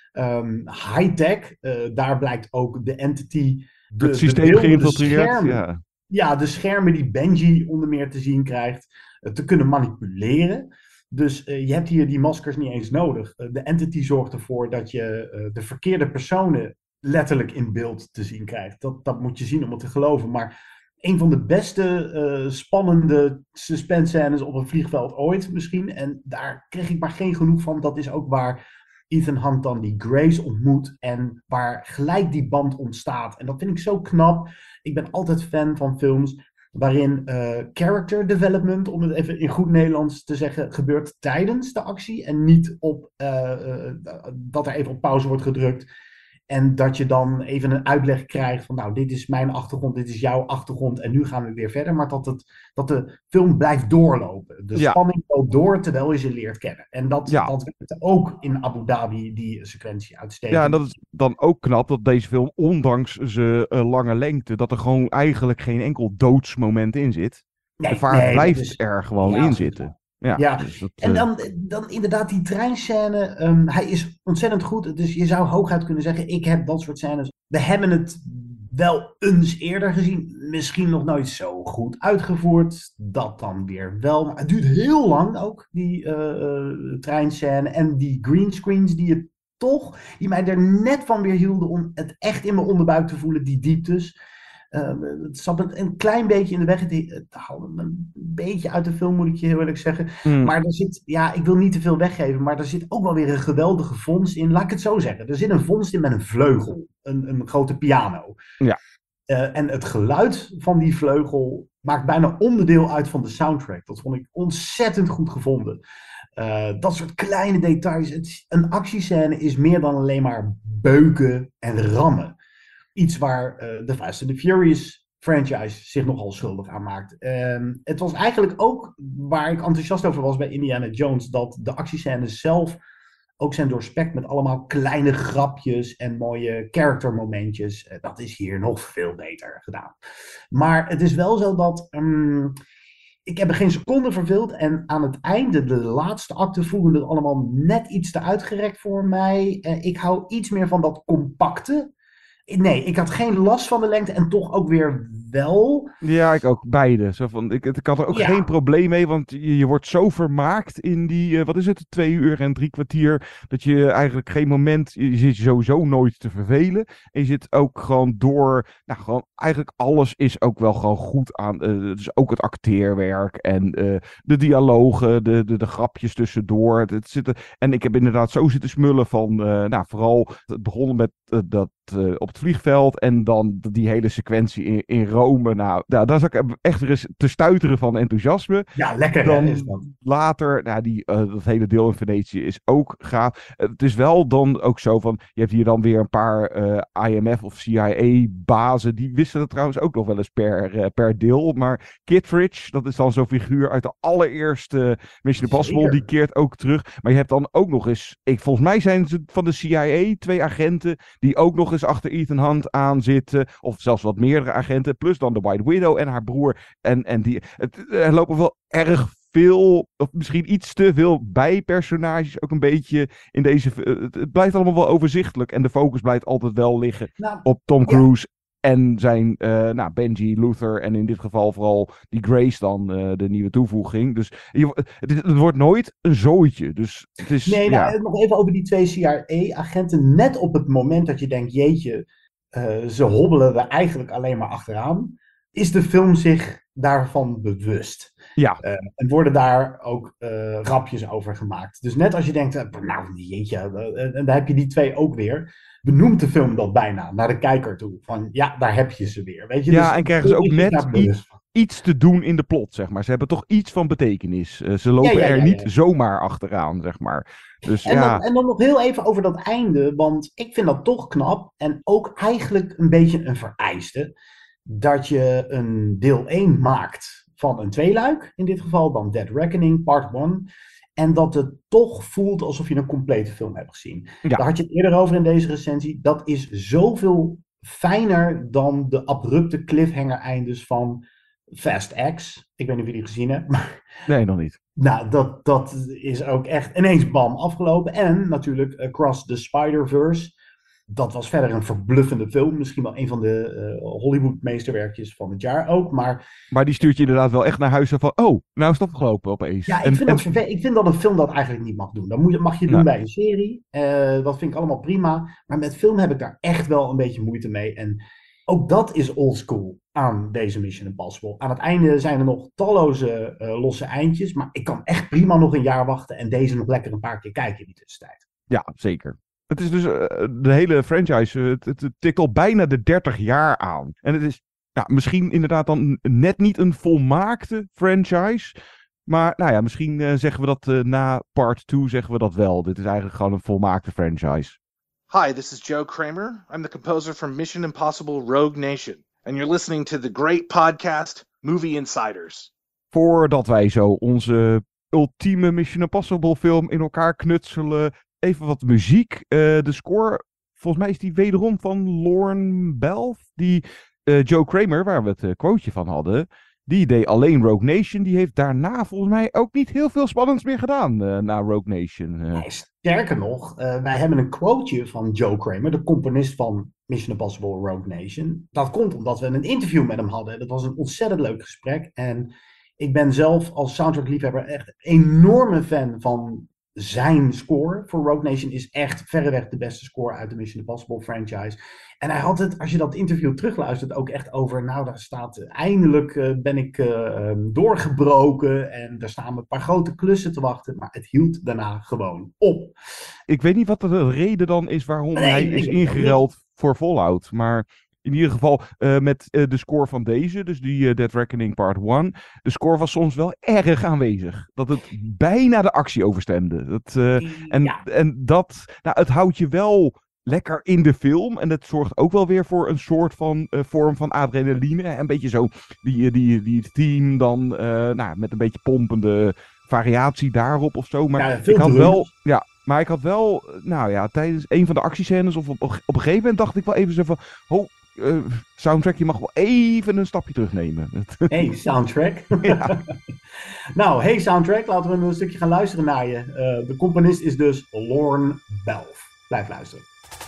High-tech, daar blijkt ook de entity... Het systeem geïnfiltreerd. Ja, de schermen die Benji onder meer te zien krijgt, te kunnen manipuleren. Dus je hebt hier die maskers niet eens nodig. De entity zorgt ervoor dat je de verkeerde personen letterlijk in beeld te zien krijgt. Dat moet je zien om het te geloven. Maar een van de beste spannende suspense scènes op een vliegveld ooit misschien. En daar kreeg ik maar geen genoeg van. Dat is ook waar Ethan Hunt dan die Grace ontmoet en waar gelijk die band ontstaat. En dat vind ik zo knap. Ik ben altijd fan van films waarin character development, om het even in goed Nederlands te zeggen, gebeurt tijdens de actie en niet op dat er even op pauze wordt gedrukt en dat je dan even een uitleg krijgt van dit is mijn achtergrond, dit is jouw achtergrond en nu gaan we weer verder, maar dat de film blijft doorlopen. De spanning loopt door terwijl je ze leert kennen. En dat werkte ook in Abu Dhabi, die sequentie uitstekend. Ja, en dat is dan ook knap dat deze film, ondanks zijn lange lengte, dat er gewoon eigenlijk geen enkel doodsmoment in zit. De vaart blijft er gewoon in zitten. Ja. Dus dat, en dan inderdaad die treinscène. Hij is ontzettend goed. Dus je zou hooguit kunnen zeggen, ik heb dat soort scènes. We hebben het wel eens eerder gezien. Misschien nog nooit zo goed uitgevoerd. Dat dan weer wel. Maar het duurt heel lang ook, die treinscène. En die greenscreens die mij er net van weer hielden om het echt in mijn onderbuik te voelen, die dieptes. Het zat een klein beetje in de weg. Het haalde me een beetje uit de film, moet ik je heel eerlijk zeggen. Maar er zit, ik wil niet te veel weggeven, maar er zit ook wel weer een geweldige vondst in. Laat ik het zo zeggen. Er zit een vondst in met een vleugel. Een grote piano. Ja. En het geluid van die vleugel maakt bijna onderdeel uit van de soundtrack. Dat vond ik ontzettend goed gevonden. Dat soort kleine details. Een actiescène is meer dan alleen maar beuken en rammen. Iets waar de Fast and the Furious franchise zich nogal schuldig aan maakt. Het was eigenlijk ook waar ik enthousiast over was bij Indiana Jones, dat de actiescènes zelf ook zijn doorspekt met allemaal kleine grapjes en mooie charactermomentjes. Dat is hier nog veel beter gedaan. Maar het is wel zo dat Ik heb er geen seconde verveeld. En aan het einde, de laatste acte, voelde het allemaal net iets te uitgerekt voor mij. Ik hou iets meer van dat compacte. Nee, ik had geen last van de lengte en toch ook weer wel. Ja, ik ook. Beide. Zo van, ik had er ook geen probleem mee, want je wordt zo vermaakt in die, 2 uur en 3 kwartier, dat je eigenlijk geen moment, je zit sowieso nooit te vervelen. En je zit ook gewoon door, gewoon eigenlijk alles is ook wel gewoon goed aan, dus ook het acteerwerk en de dialogen, de grapjes tussendoor. En ik heb inderdaad zo zitten smullen van, vooral, het begon met dat op het vliegveld en dan die hele sequentie in Rome. Nou, daar zat ik echt weer eens te stuiteren van enthousiasme. Ja, lekker dan is dat. Later, dat hele deel in Venetië is ook gaaf. Het is wel dan ook zo van, je hebt hier dan weer een paar IMF of CIA-bazen, die wisten dat trouwens ook nog wel eens per deel, maar Kittredge, dat is dan zo'n figuur uit de allereerste Mission Impossible, die keert ook terug. Maar je hebt dan ook nog eens, volgens mij zijn ze van de CIA 2 agenten, die ook nog eens achter Ethan Hunt aan zitten, of zelfs wat meerdere agenten, plus dan de White Widow en haar broer. En er lopen wel erg veel, of misschien iets te veel bijpersonages ook een beetje in deze. Het blijft allemaal wel overzichtelijk en de focus blijft altijd wel liggen op Tom Cruise en zijn Benji, Luther en in dit geval vooral die Grace dan, de nieuwe toevoeging. Dus het wordt nooit een zooitje. Dus het is, nog even over die 2 CIA-agenten. Net op het moment dat je denkt, jeetje, ze hobbelen er eigenlijk alleen maar achteraan, is de film zich daarvan bewust. Ja. En worden daar ook grapjes over gemaakt. Dus net als je denkt, jeetje, en daar heb je die 2 ook weer, benoemt de film dat bijna naar de kijker toe. Van ja, daar heb je ze weer. Weet je? Ja, dus, en krijgen ze ook net iets te doen in de plot, zeg maar. Ze hebben toch iets van betekenis. Ze lopen er niet zomaar achteraan, zeg maar. Dus, en dan nog heel even over dat einde, want ik vind dat toch knap en ook eigenlijk een beetje een vereiste, dat je een deel 1 maakt van een tweeluik, in dit geval dan Dead Reckoning, part 1, en dat het toch voelt alsof je een complete film hebt gezien. Ja. Daar had je het eerder over in deze recensie. Dat is zoveel fijner dan de abrupte cliffhanger-eindes van Fast X. Ik weet niet of je die gezien hebt. Maar nee, nog niet. Nou, dat is ook echt ineens bam afgelopen. En natuurlijk Across the Spider-Verse. Dat was verder een verbluffende film. Misschien wel een van de Hollywood-meesterwerkjes van het jaar ook. Maar die stuurt je inderdaad wel echt naar huis van, nou is het afgelopen opeens. Ja, ik vind dat een film dat eigenlijk niet mag doen. Dat mag je doen bij een serie. Dat vind ik allemaal prima. Maar met film heb ik daar echt wel een beetje moeite mee. En ook dat is oldschool aan deze Mission Impossible. Aan het einde zijn er nog talloze losse eindjes. Maar ik kan echt prima nog een jaar wachten en deze nog lekker een paar keer kijken in die tussentijd. Ja, zeker. Het is dus de hele franchise, het tikt al bijna de 30 jaar aan. En het is misschien inderdaad dan net niet een volmaakte franchise. Maar misschien zeggen we dat na part 2 zeggen we dat wel. Dit is eigenlijk gewoon een volmaakte franchise. Hi, this is Joe Kramer. I'm the composer from Mission Impossible Rogue Nation. And you're listening to the great podcast Movie Insiders. Voordat wij zo onze ultieme Mission Impossible film in elkaar knutselen, even wat muziek. De score, volgens mij is die wederom van Lorne Balfe. Die Joe Kramer, waar we het quoteje van hadden, die deed alleen Rogue Nation. Die heeft daarna volgens mij ook niet heel veel spannends meer gedaan na Rogue Nation. Nee, sterker nog, wij hebben een quoteje van Joe Kramer, de componist van Mission Impossible Rogue Nation. Dat komt omdat we een interview met hem hadden. Dat was een ontzettend leuk gesprek. En ik ben zelf als soundtrack-liefhebber echt een enorme fan van zijn score voor Rogue Nation. Is echt verreweg de beste score uit de Mission Impossible franchise. En hij had het, als je dat interview terugluistert, ook echt over, daar staat, eindelijk ben ik doorgebroken en daar staan me een paar grote klussen te wachten, maar het hield daarna gewoon op. Ik weet niet wat de reden dan is waarom hij is ingeruild voor Fallout, maar in ieder geval met de score van deze, dus die Dead Reckoning Part 1, de score was soms wel erg aanwezig. Dat het bijna de actie overstemde. En dat, het houdt je wel lekker in de film. En dat zorgt ook wel weer voor een soort van vorm van adrenaline. Een beetje zo die theme dan met een beetje pompende variatie daarop of zo. Maar ik had wel, tijdens een van de actiescènes of op een gegeven moment dacht ik wel even zo van, soundtrack, je mag wel even een stapje terugnemen. Hey, soundtrack. Ja. Nou, hey, soundtrack. Laten we een stukje gaan luisteren naar je. De componist is dus Lorne Balfe. Blijf luisteren.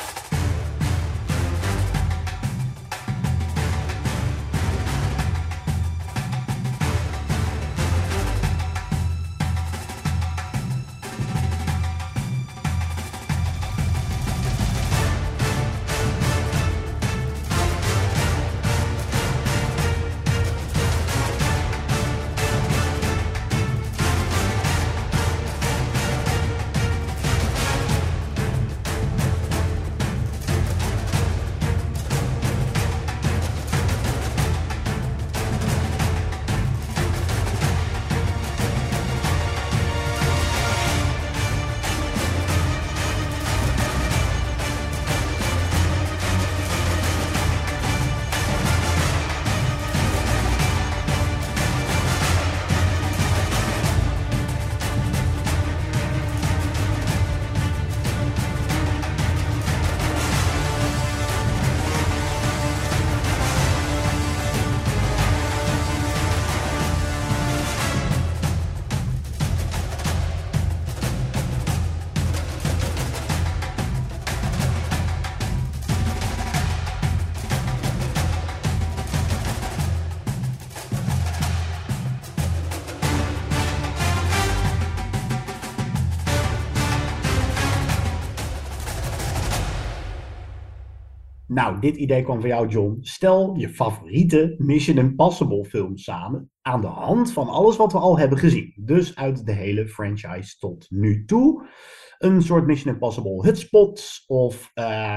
Nou, dit idee kwam van jou, John. Stel je favoriete Mission Impossible film samen aan de hand van alles wat we al hebben gezien. Dus uit de hele franchise tot nu toe. Een soort Mission Impossible hotspot of...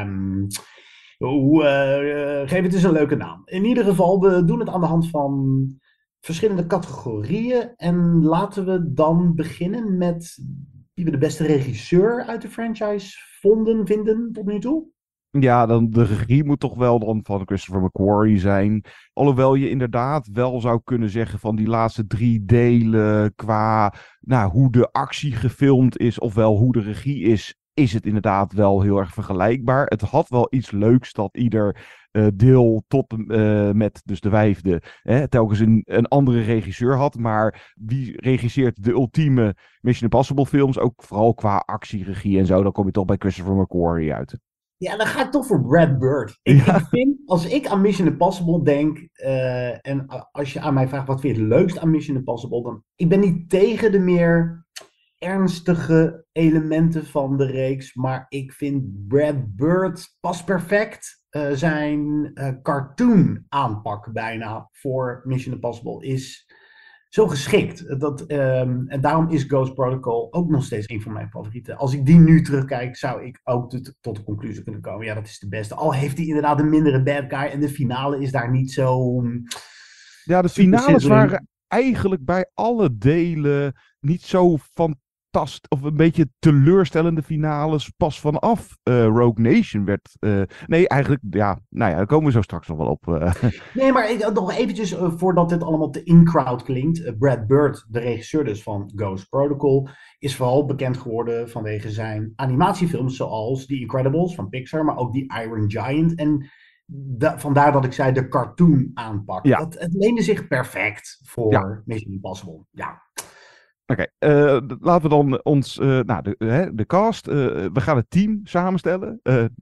geef het eens een leuke naam. In ieder geval, we doen het aan de hand van verschillende categorieën. En laten we dan beginnen met wie we de beste regisseur uit de franchise vinden tot nu toe. Ja, dan de regie moet toch wel dan van Christopher McQuarrie zijn. Alhoewel je inderdaad wel zou kunnen zeggen van die laatste 3 delen qua hoe de actie gefilmd is, ofwel hoe de regie is het inderdaad wel heel erg vergelijkbaar. Het had wel iets leuks dat ieder deel tot met dus de 5e telkens een andere regisseur had. Maar wie regisseert de ultieme Mission Impossible films, ook vooral qua actieregie en zo, dan kom je toch bij Christopher McQuarrie uit. Ja, dan ga ik toch voor Brad Bird. Ik vind, als ik aan Mission Impossible denk, en als je aan mij vraagt wat vind je het leukst aan Mission Impossible, dan ik ben niet tegen de meer ernstige elementen van de reeks, maar ik vind Brad Bird pas perfect. Zijn cartoon aanpak bijna voor Mission Impossible is zo geschikt. En daarom is Ghost Protocol ook nog steeds een van mijn favorieten. Als ik die nu terugkijk, zou ik ook tot de conclusie kunnen komen. Ja, dat is de beste. Al heeft hij inderdaad een mindere bad guy. En de finale is daar niet zo... Ja, de finales waren eigenlijk bij alle delen niet zo fantastisch. Of een beetje teleurstellende finales. Pas vanaf Rogue Nation werd... nee, eigenlijk... Ja, daar komen we zo straks nog wel op. Nee, maar nog eventjes voordat dit allemaal te in-crowd klinkt. Brad Bird, de regisseur dus van Ghost Protocol, is vooral bekend geworden vanwege zijn animatiefilms zoals The Incredibles van Pixar, maar ook The Iron Giant. En vandaar dat ik zei de cartoon aanpak. Ja. Het leende zich perfect voor Mission Impossible. Ja. Oké, laten we dan ons, de cast, we gaan het team samenstellen,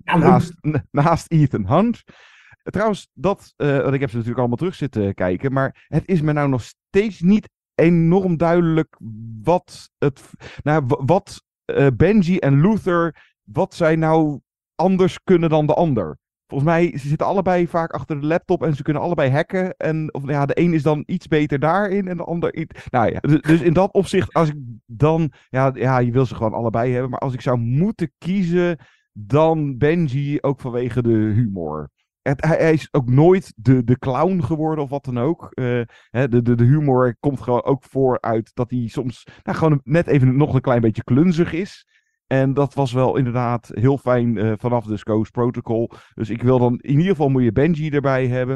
naast Ethan Hunt. Trouwens, want ik heb ze natuurlijk allemaal terug zitten kijken, maar het is me nou nog steeds niet enorm duidelijk wat Benji en Luther, wat zij nou anders kunnen dan de ander. Volgens mij, ze zitten allebei vaak achter de laptop en ze kunnen allebei hacken. En de een is dan iets beter daarin en de ander iets... Nou ja, dus in dat opzicht, als ik dan... Ja, je wil ze gewoon allebei hebben. Maar als ik zou moeten kiezen, dan Benji, ook vanwege de humor. Hij is ook nooit de clown geworden of wat dan ook. De humor komt gewoon ook vooruit dat hij soms gewoon net even nog een klein beetje klunzig is. En dat was wel inderdaad heel fijn vanaf de Ghost Protocol. Dus ik wil dan, in ieder geval moet je Benji erbij hebben.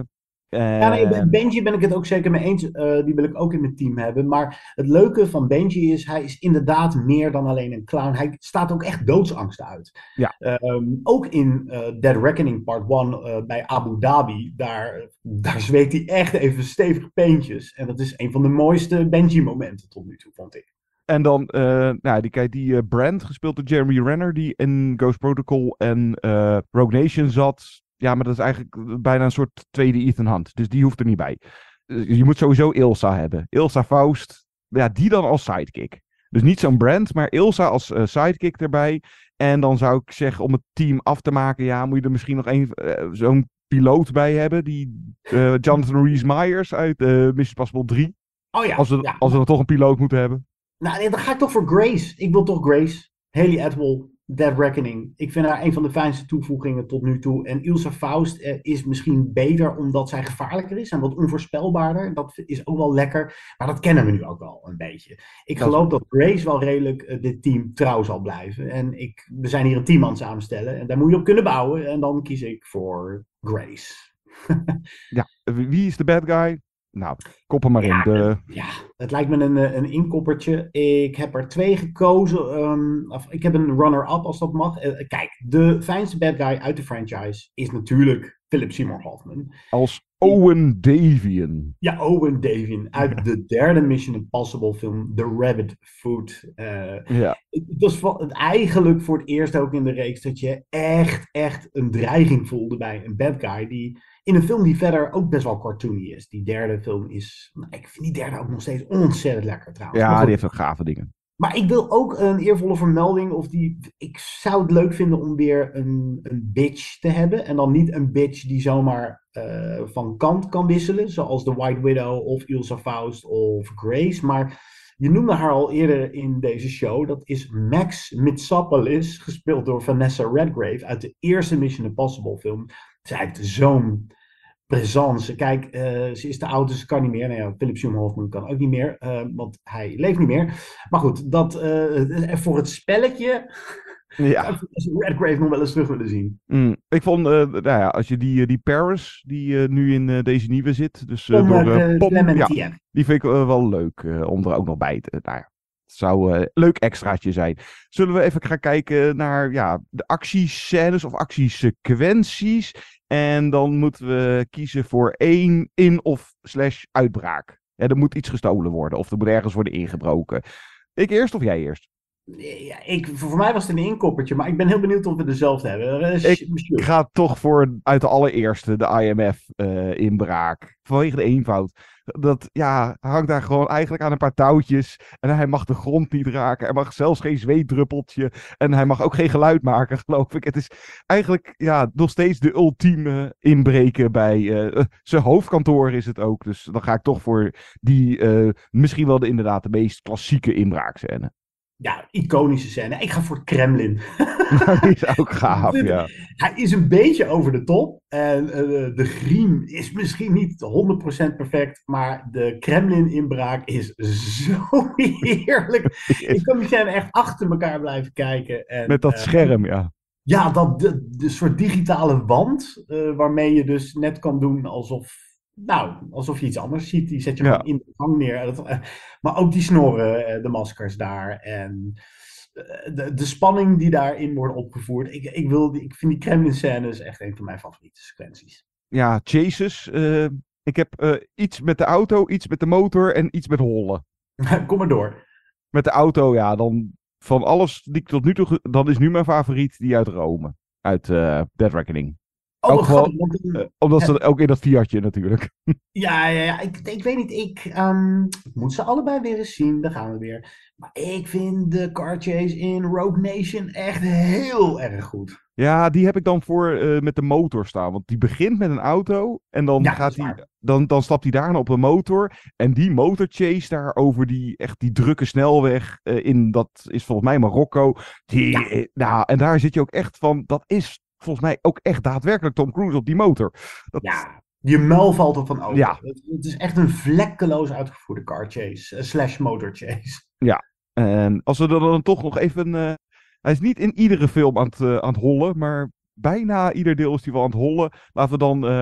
Ja, nee, Benji ben ik het ook zeker mee eens. Die wil ik ook in mijn team hebben. Maar het leuke van Benji is, hij is inderdaad meer dan alleen een clown. Hij staat ook echt doodsangst uit. Ja. Ook in Dead Reckoning Part 1 bij Abu Dhabi. Daar zweet hij echt even stevig peentjes. En dat is een van de mooiste Benji-momenten tot nu toe, vond ik. En dan, die Brand, gespeeld door Jeremy Renner, die in Ghost Protocol en Rogue Nation zat. Ja, maar dat is eigenlijk bijna een soort tweede Ethan Hunt. Dus die hoeft er niet bij. Je moet sowieso Ilsa hebben. Ilsa Faust, ja, die dan als sidekick. Dus niet zo'n Brand, maar Ilsa als sidekick erbij. En dan zou ik zeggen, om het team af te maken, ja, moet je er misschien nog zo'n piloot bij hebben. Die Jonathan Rhys-Meyers uit Mission Impossible 3. Oh ja. Als we dan toch een piloot moeten hebben. Nou, nee, dan ga ik toch voor Grace. Ik wil toch Grace. Haley Atwell, Dead Reckoning. Ik vind haar een van de fijnste toevoegingen tot nu toe. En Ilsa Faust is misschien beter omdat zij gevaarlijker is en wat onvoorspelbaarder. Dat is ook wel lekker. Maar dat kennen we nu ook wel een beetje. Ik geloof dat Grace wel redelijk dit team trouw zal blijven. En we zijn hier een team aan het samenstellen. En daar moet je op kunnen bouwen. En dan kies ik voor Grace. Ja, wie is de bad guy? Nou, kop er maar in. Ja, het lijkt me een inkoppertje. Ik heb er 2 gekozen. Ik heb een runner-up als dat mag. Kijk, de fijnste bad guy uit de franchise is natuurlijk Philip Seymour Hoffman. Als Owen Davian. Ja, Owen Davian. Uit de derde Mission Impossible film, The Rabbit Foot. Het was eigenlijk voor het eerst ook in de reeks dat je echt een dreiging voelde bij een bad guy die... In een film die verder ook best wel cartoony is. Die derde film is... Ik vind die derde ook nog steeds ontzettend lekker trouwens. Ja, die heeft ook gave dingen. Maar ik wil ook een eervolle vermelding. Ik zou het leuk vinden om weer een bitch te hebben. En dan niet een bitch die zomaar van kant kan wisselen. Zoals de White Widow of Ilsa Faust of Grace. Maar je noemde haar al eerder in deze show. Dat is Max Mitsopoulos. Gespeeld door Vanessa Redgrave. Uit de eerste Mission Impossible film. Zij heeft zo'n presence. Kijk, ze is te oud, dus ze kan niet meer. Nou ja, Philip Seymour Hoffman kan ook niet meer, want hij leeft niet meer. Maar goed, voor het spelletje... Ja. Redgrave nog wel eens terug willen zien. Ik vond, als je die Paris, die nu in deze nieuwe zit. Dus die vind ik wel leuk om er ook nog bij te... Het zou een leuk extraatje zijn. Zullen we even gaan kijken naar de actiescènes of actiesequenties. En dan moeten we kiezen voor 1 in- of / uitbraak. Ja, er moet iets gestolen worden of er moet ergens worden ingebroken. Ik eerst of jij eerst? Ja, voor mij was het een inkoppertje, maar ik ben heel benieuwd of we dezelfde hebben. Ik ga toch voor uit de allereerste, de IMF-inbraak. Vanwege de eenvoud. Dat hangt daar gewoon eigenlijk aan een paar touwtjes. En hij mag de grond niet raken. Er mag zelfs geen zweetdruppeltje. En hij mag ook geen geluid maken, geloof ik. Het is eigenlijk nog steeds de ultieme inbreken bij zijn hoofdkantoor is het ook. Dus dan ga ik toch voor die misschien wel inderdaad de meest klassieke inbraakscène. Ja, iconische scène. Ik ga voor het Kremlin. Die is ook gaaf, ja. Hij is een beetje over de top. En de griem is misschien niet 100% perfect. Maar de Kremlin-inbraak is zo heerlijk. Ik kan die scène echt achter elkaar blijven kijken. En, met dat scherm, ja. Ja, de soort digitale wand. Waarmee je dus net kan doen alsof je iets anders ziet. Die zet je gewoon in de gang neer. Maar ook die snorren, de maskers daar. En de spanning die daarin wordt opgevoerd. Ik vind die Kremlin-scènes echt een van mijn favoriete sequenties. Ja, chases. Ik heb iets met de auto, iets met de motor en iets met hollen. Kom maar door. Met de auto, dan van alles die ik tot nu toe... Dan is nu mijn favoriet die uit Rome. Uit Dead Reckoning. Ook gewoon, omdat ze ook in dat Fiatje natuurlijk. Ja. Ik weet niet. Ik moet ze allebei weer eens zien. Daar gaan we weer. Maar ik vind de car chase in Rogue Nation echt heel erg goed. Ja, die heb ik dan voor met de motor staan. Want die begint met een auto. En dan dan stapt hij daarna op een motor. En die motorchase daar over die drukke snelweg. Dat is volgens mij Marokko. En daar zit je ook echt van. Dat is volgens mij ook echt daadwerkelijk Tom Cruise op die motor. Je muil valt ervan over. Ja. Het is echt een vlekkeloos uitgevoerde car chase. / motor chase. Ja. En als we dan toch nog even... hij is niet in iedere film aan het hollen. Maar bijna ieder deel is hij wel aan het hollen. Laten we dan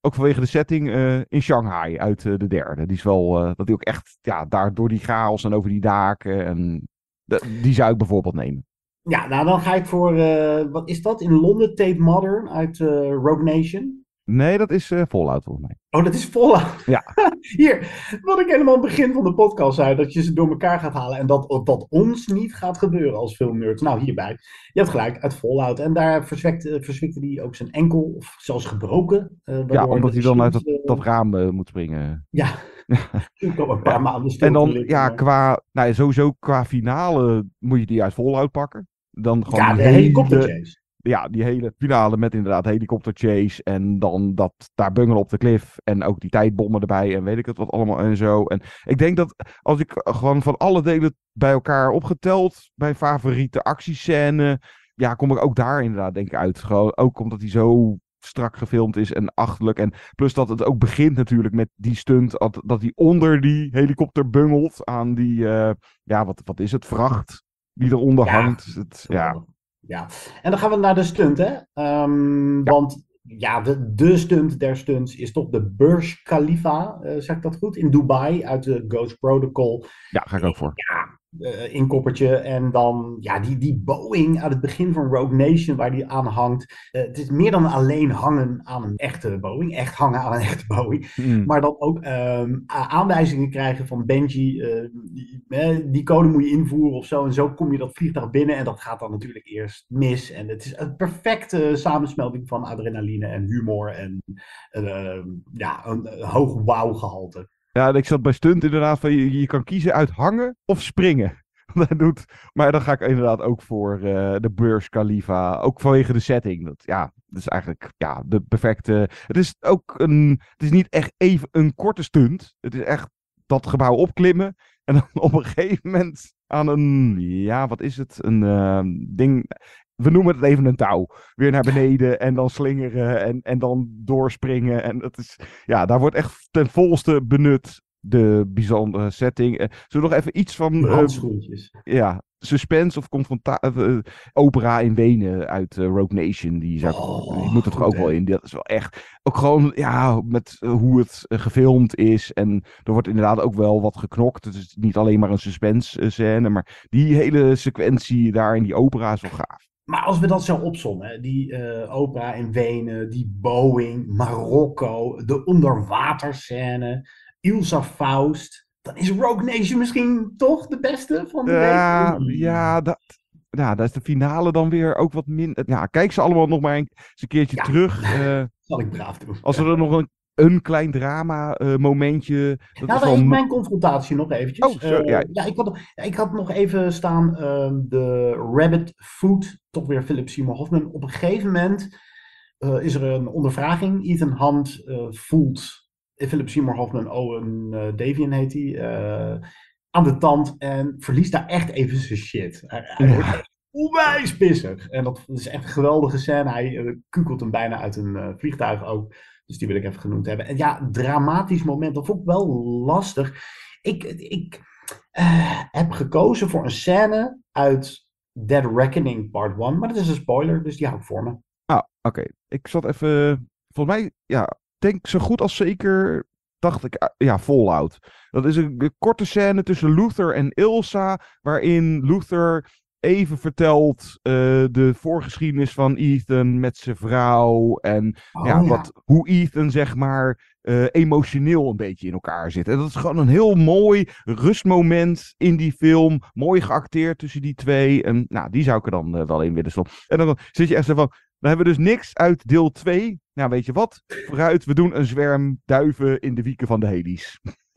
Ook vanwege de setting in Shanghai uit de derde. Die is wel, dat die ook echt, daar door die chaos en over die daken. En die zou ik bijvoorbeeld nemen. Ja, nou dan ga ik voor, wat is dat? In Londen, Tate Modern uit Rogue Nation. Nee, dat is Fallout volgens mij. Oh, dat is Fallout. Ja. Hier, wat ik helemaal aan het begin van de podcast zei, dat je ze door elkaar gaat halen en dat ons niet gaat gebeuren als filmnerds. Nou, hierbij. Je hebt gelijk, uit Fallout. En daar verzwikte hij ook zijn enkel, of zelfs gebroken. Omdat hij dan uit dat raam moet springen. Ja, ik kom een paar maanden stil. En dan, sowieso qua finale moet je die uit Fallout pakken. Dan gewoon de helikopterchase. Ja, die hele finale met inderdaad helikopterchase en dan dat daar bungelen op de klif en ook die tijdbommen erbij en weet ik het wat allemaal en zo. En ik denk dat als ik gewoon van alle delen bij elkaar opgeteld, mijn favoriete actiescène, kom ik ook daar inderdaad denk ik uit. Gewoon, ook omdat hij zo strak gefilmd is en achterlijk. En plus dat het ook begint natuurlijk met die stunt dat hij onder die helikopter bungelt aan die, wat is het, vracht die eronder hangt. Ja, en dan gaan we naar de stunt, hè? Want de stunt der stunts is toch de Burj Khalifa, zeg ik dat goed? In Dubai, uit de Ghost Protocol. Ja, ga ik ook voor. Ja, inkoppertje. En dan die Boeing uit het begin van Rogue Nation waar die aan hangt. Het is meer dan alleen hangen aan een echte Boeing. Echt hangen aan een echte Boeing. Maar dan ook aanwijzingen krijgen van Benji. Die code moet je invoeren of zo. En zo kom je dat vliegtuig binnen. En dat gaat dan natuurlijk eerst mis. En het is een perfecte samensmelting van adrenaline en humor. En een hoog wauw-gehalte. Ja, ik zat bij stunt inderdaad van je kan kiezen uit hangen of springen. Maar dan ga ik inderdaad ook voor de Burj Khalifa. Ook vanwege de setting. Dat is eigenlijk de perfecte. Het is niet echt even een korte stunt. Het is echt dat gebouw opklimmen. En dan op een gegeven moment aan een, wat is het? Een ding. We noemen het even een touw. Weer naar beneden en dan slingeren en dan doorspringen. En dat is, daar wordt echt ten volste benut de bijzondere setting. Zullen we nog even iets van... handschoentjes. Suspense of opera in Wenen uit Rogue Nation. Die moet er toch ook wel in. Dat is wel echt... Ook gewoon, met hoe het gefilmd is. En er wordt inderdaad ook wel wat geknokt. Het is niet alleen maar een suspense scène. Maar die hele sequentie daar in die opera is wel gaaf. Maar als we dat zo opzommen, die opera in Wenen, die Boeing, Marokko, de onderwaterscène, Ilsa Faust, dan is Rogue Nation misschien toch de beste van de week. Dat is de finale dan weer ook wat minder. Ja, kijk ze allemaal nog maar eens een keertje terug. Zal ik braaf doen. Als er nog een klein drama momentje. Mijn confrontatie nog eventjes. Ik had nog even staan de Rabbit Foot, toch weer Philip Seymour Hoffman. Op een gegeven moment is er een ondervraging. Ethan Hunt voelt Philip Seymour Hoffman, Owen Davian heet hij, aan de tand en verliest daar echt even zijn shit. Hij wordt echt onwijs pissig. En dat is echt een geweldige scène. Hij kukelt hem bijna uit een vliegtuig ook. Dus die wil ik even genoemd hebben. En dramatisch moment. Dat vond ik wel lastig. Ik heb gekozen voor een scène uit Dead Reckoning Part 1. Maar dat is een spoiler, dus die hou ik voor me. Oké. Ik zat even... Volgens mij, denk zo goed als zeker... dacht ik, Fallout. Dat is een korte scène tussen Luther en Ilsa. Waarin Luther even vertelt de voorgeschiedenis van Ethan met zijn vrouw. En hoe Ethan zeg maar emotioneel een beetje in elkaar zit. En dat is gewoon een heel mooi rustmoment in die film. Mooi geacteerd tussen die twee. En die zou ik er dan wel in willen stoppen. En dan zit je echt zo van... Dan hebben we dus niks uit deel 2. Nou, weet je wat? Vooruit, we doen een zwerm duiven in de wieken van de Hades.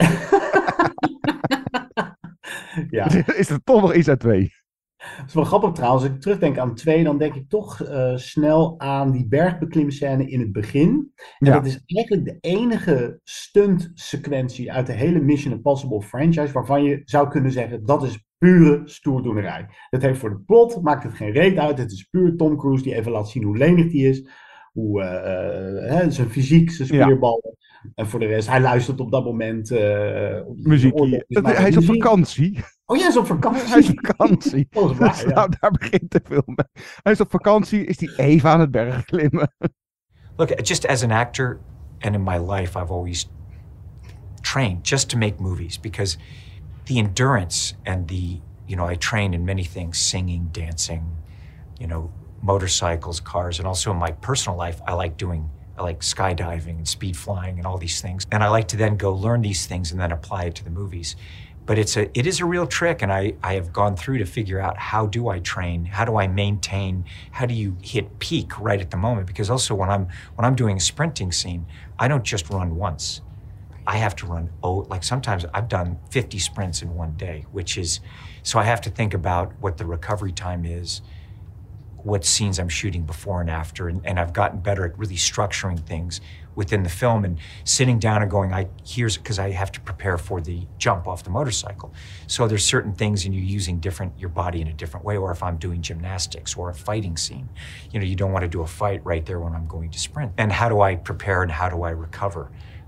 Is er toch nog iets uit 2? Dat is wel grappig trouwens. Als ik terugdenk aan 2, dan denk ik toch snel aan die bergbeklimscène in het begin. En dat is eigenlijk de enige stuntsequentie uit de hele Mission Impossible franchise waarvan je zou kunnen zeggen, dat is pure stoerdoenerij. Dat heeft voor de plot, maakt het geen reet uit. Het is puur Tom Cruise die even laat zien hoe lenig hij is. Hoe zijn fysiek, zijn spierballen. En voor de rest, hij luistert op dat moment... muziek. Hij is op vakantie. Oh ja, hij is op vakantie. Hij is op vakantie. Daar begint de film mee. Hij is op vakantie, is hij even aan het berg klimmen. Look, just as an actor, and in my life, I've always trained just to make movies because the endurance and I train in many things, singing, dancing, motorcycles, cars, and also in my personal life, I like skydiving and speed flying and all these things. And I like to then go learn these things and then apply it to the movies. But it is a real trick, and I have gone through to figure out how do I train, how do I maintain, how do you hit peak right at the moment? Because also when I'm doing a sprinting scene, I don't just run once. I have to run, sometimes I've done 50 sprints in one day, so I have to think about what the recovery time is, what scenes I'm shooting before and after, and I've gotten better at really structuring things within the film and sitting down and going, because I have to prepare for the jump off the motorcycle. So there's certain things and you're using your body in a different way, or if I'm doing gymnastics or a fighting scene, you don't want to do a fight right there when I'm going to sprint. And how do I prepare and how do I recover?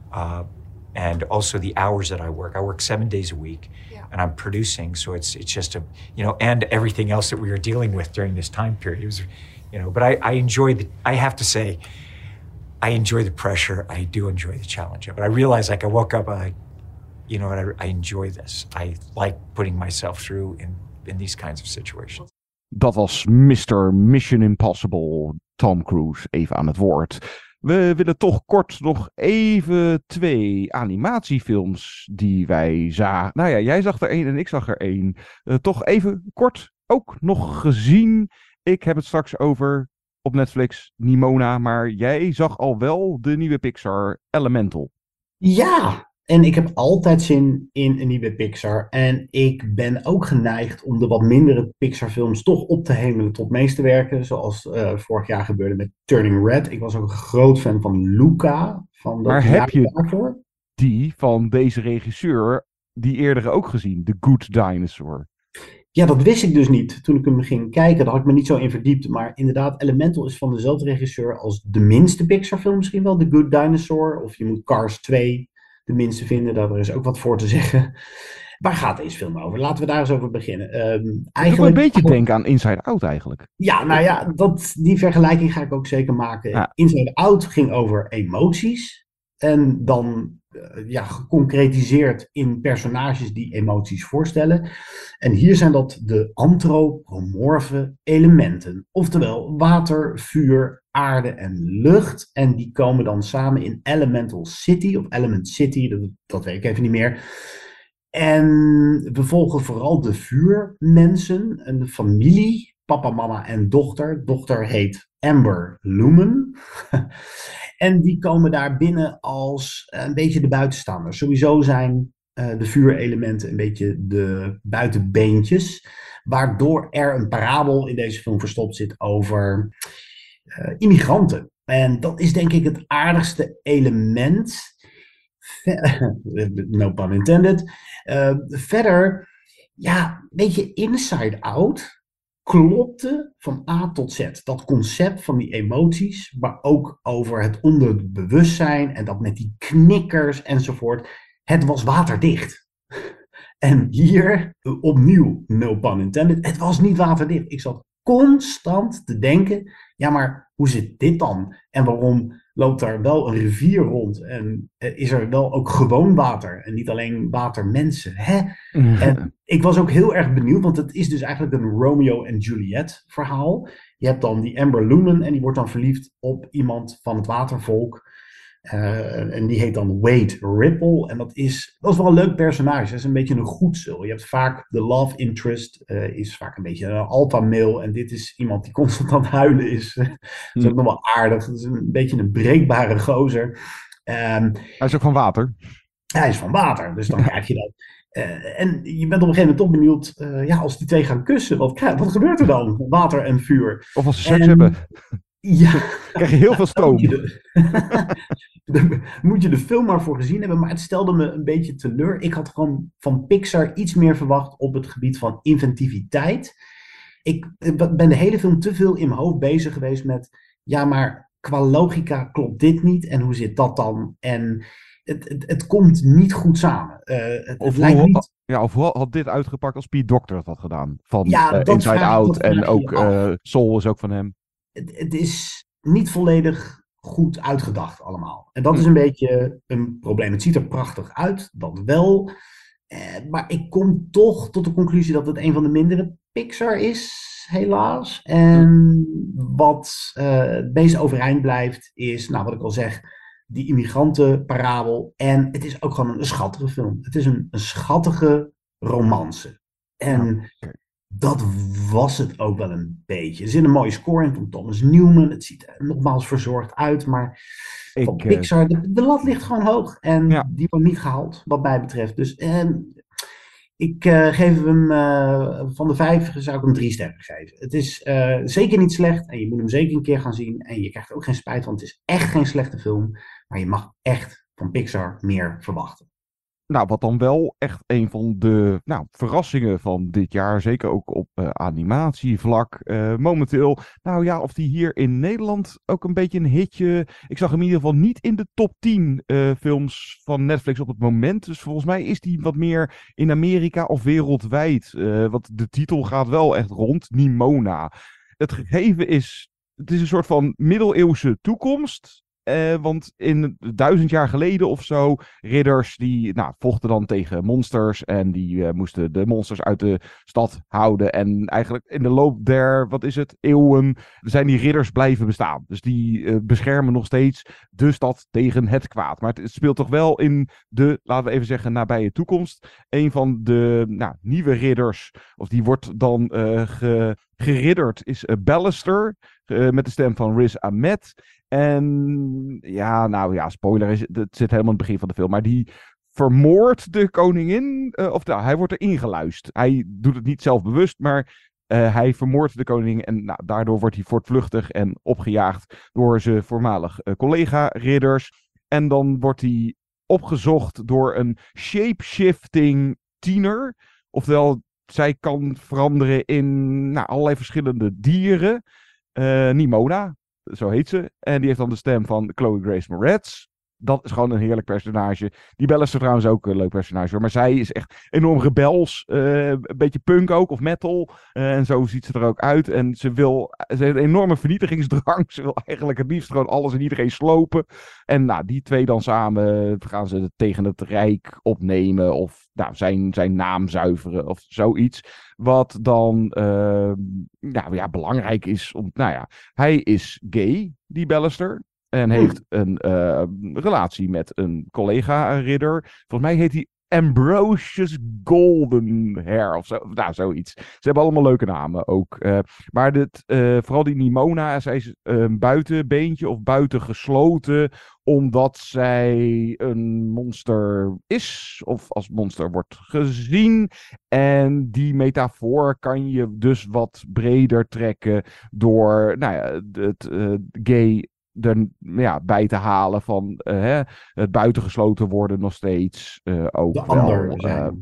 And also the hours that I work 7 days a week, and I'm producing, so it's just and everything else that we were dealing with during this time period. It was, but I have to say, I enjoy the pressure. I do enjoy the challenge of it. I realize, I woke up, I enjoy this. I like putting myself through in these kinds of situations. Dat was Mr. Mission Impossible, Tom Cruise, even aan het woord. We willen toch kort nog even 2 animatiefilms die wij zagen. Nou ja, jij zag er 1 en ik zag er 1. Toch even kort ook nog gezien. Ik heb het straks over op Netflix, Nimona. Maar jij zag al wel de nieuwe Pixar Elemental. Ja, en ik heb altijd zin in een nieuwe Pixar. En ik ben ook geneigd om de wat mindere Pixar films toch op te hemelen tot meesterwerken. Zoals vorig jaar gebeurde met Turning Red. Ik was ook een groot fan van Luca. Maar heb je die van deze regisseur die eerder ook gezien? The Good Dinosaur. Ja, dat wist ik dus niet. Toen ik hem ging kijken, daar had ik me niet zo in verdiept. Maar inderdaad, Elemental is van dezelfde regisseur als de minste Pixar film misschien wel. The Good Dinosaur. Of je moet Cars 2 de minste vinden. Daar is ook wat voor te zeggen. Waar gaat deze film over? Laten we daar eens over beginnen. Ik wil een beetje denken aan Inside Out eigenlijk. Ja, nou ja, die vergelijking ga ik ook zeker maken. Ja. Inside Out ging over emoties. En dan geconcretiseerd in personages die emoties voorstellen. En hier zijn dat de antropomorfe elementen. Oftewel water, vuur, aarde en lucht. En die komen dan samen in Elemental City, of Element City, dat weet ik even niet meer. En we volgen vooral de vuurmensen, een familie, papa, mama en dochter. Dochter heet Amber Lumen. En die komen daar binnen als een beetje de buitenstaanders. Sowieso zijn de vuurelementen een beetje de buitenbeentjes. Waardoor er een parabel in deze film verstopt zit over immigranten. En dat is denk ik het aardigste element. No pun intended. Verder, een beetje Inside Out klopte van A tot Z. Dat concept van die emoties, maar ook over het onderbewustzijn en dat met die knikkers enzovoort. Het was waterdicht. En hier opnieuw, no pun intended, het was niet waterdicht. Ik zat constant te denken, ja maar hoe zit dit dan? En waarom loopt daar wel een rivier rond en is er wel ook gewoon water en niet alleen watermensen? Hè? En ik was ook heel erg benieuwd, want het is dus eigenlijk een Romeo en Juliet verhaal. Je hebt dan die Amber Lumen en die wordt dan verliefd op iemand van het watervolk. En die heet dan Wade Ripple. En dat is wel een leuk personage. Dat is een beetje een goedsel. Je hebt vaak de love interest. Is vaak een beetje een alpha male. En dit is iemand die constant aan het huilen is. Dat is ook nog wel aardig. Dat is een beetje een breekbare gozer. Hij is ook van water. Hij is van water. Dus dan krijg je dat. En je bent op een gegeven moment toch benieuwd. Als die twee gaan kussen. Wat gebeurt er dan? Water en vuur. Of als ze seks hebben. Ja. Krijg je heel veel stroom. Moet je de film maar voor gezien hebben. Maar het stelde me een beetje teleur. Ik had gewoon van Pixar iets meer verwacht op het gebied van inventiviteit. Ik ben de hele film te veel in mijn hoofd bezig geweest met... Ja, maar qua logica klopt dit niet. En hoe zit dat dan? En het komt niet goed samen. Het lijkt niet... Ja, of hoe had dit uitgepakt als Pete Docter het had gedaan? Van Inside Out en ook Soul is ook van hem. Het is niet volledig goed uitgedacht allemaal. En dat is een beetje een probleem. Het ziet er prachtig uit, dat wel. Maar ik kom toch tot de conclusie dat het een van de mindere Pixar is, helaas. En wat het meest overeind blijft is, nou wat ik al zeg, die immigrantenparabel. En het is ook gewoon een schattige film. Het is een schattige romance. En dat was het ook wel een beetje. Er zit een mooie score in van Thomas Newman. Het ziet er nogmaals verzorgd uit, maar van Pixar, de lat ligt gewoon hoog. En die wordt niet gehaald, wat mij betreft. Dus ik geef hem van de 5, zou ik hem 3 sterren geven. Het is zeker niet slecht en je moet hem zeker een keer gaan zien. En je krijgt ook geen spijt, want het is echt geen slechte film. Maar je mag echt van Pixar meer verwachten. Nou, wat dan wel echt een van de verrassingen van dit jaar, zeker ook op animatievlak, momenteel. Nou ja, of die hier in Nederland ook een beetje een hitje. Ik zag hem in ieder geval niet in de top 10 films van Netflix op het moment. Dus volgens mij is die wat meer in Amerika of wereldwijd. Want de titel gaat wel echt rond, Nimona. Het gegeven is, het is een soort van middeleeuwse toekomst. Want in 1000 jaar geleden of zo, ridders die vochten dan tegen monsters en die moesten de monsters uit de stad houden. En eigenlijk in de loop der, eeuwen zijn die ridders blijven bestaan. Dus die beschermen nog steeds de stad tegen het kwaad. Maar het speelt toch wel in de, laten we even zeggen, nabije toekomst. Een van de nieuwe ridders, of die wordt dan geridderd, is Ballister, met de stem van Riz Ahmed. En spoiler, het zit helemaal in het begin van de film. Maar die vermoordt de koningin. Hij wordt erin geluisterd. Hij doet het niet zelf bewust, maar hij vermoordt de koningin. En daardoor wordt hij voortvluchtig en opgejaagd door zijn voormalig collega-ridders. En dan wordt hij opgezocht door een shape-shifting tiener. Oftewel, zij kan veranderen in allerlei verschillende dieren. Nimona. Zo heet ze. En die heeft dan de stem van Chloe Grace Moretz. Dat is gewoon een heerlijk personage. Die Ballister trouwens ook een leuk personage hoor. Maar zij is echt enorm rebels. Een beetje punk ook, of metal. En zo ziet ze er ook uit. En ze heeft een enorme vernietigingsdrang. Ze wil eigenlijk het liefst gewoon alles en iedereen slopen. En die twee dan samen gaan ze tegen het Rijk opnemen. Of zijn naam zuiveren of zoiets. Wat dan belangrijk is. Hij is gay, die Ballister. En heeft een relatie met een collega-ridder. Volgens mij heet hij Ambrosius Goldenhair of zo. Zoiets. Ze hebben allemaal leuke namen ook. Maar vooral die Nimona, zij is een buitenbeentje of buitengesloten. Omdat zij een monster is. Of als monster wordt gezien. En die metafoor kan je dus wat breder trekken. Door het gay bij te halen van het buitengesloten worden nog steeds ook de wel. Ander zijn.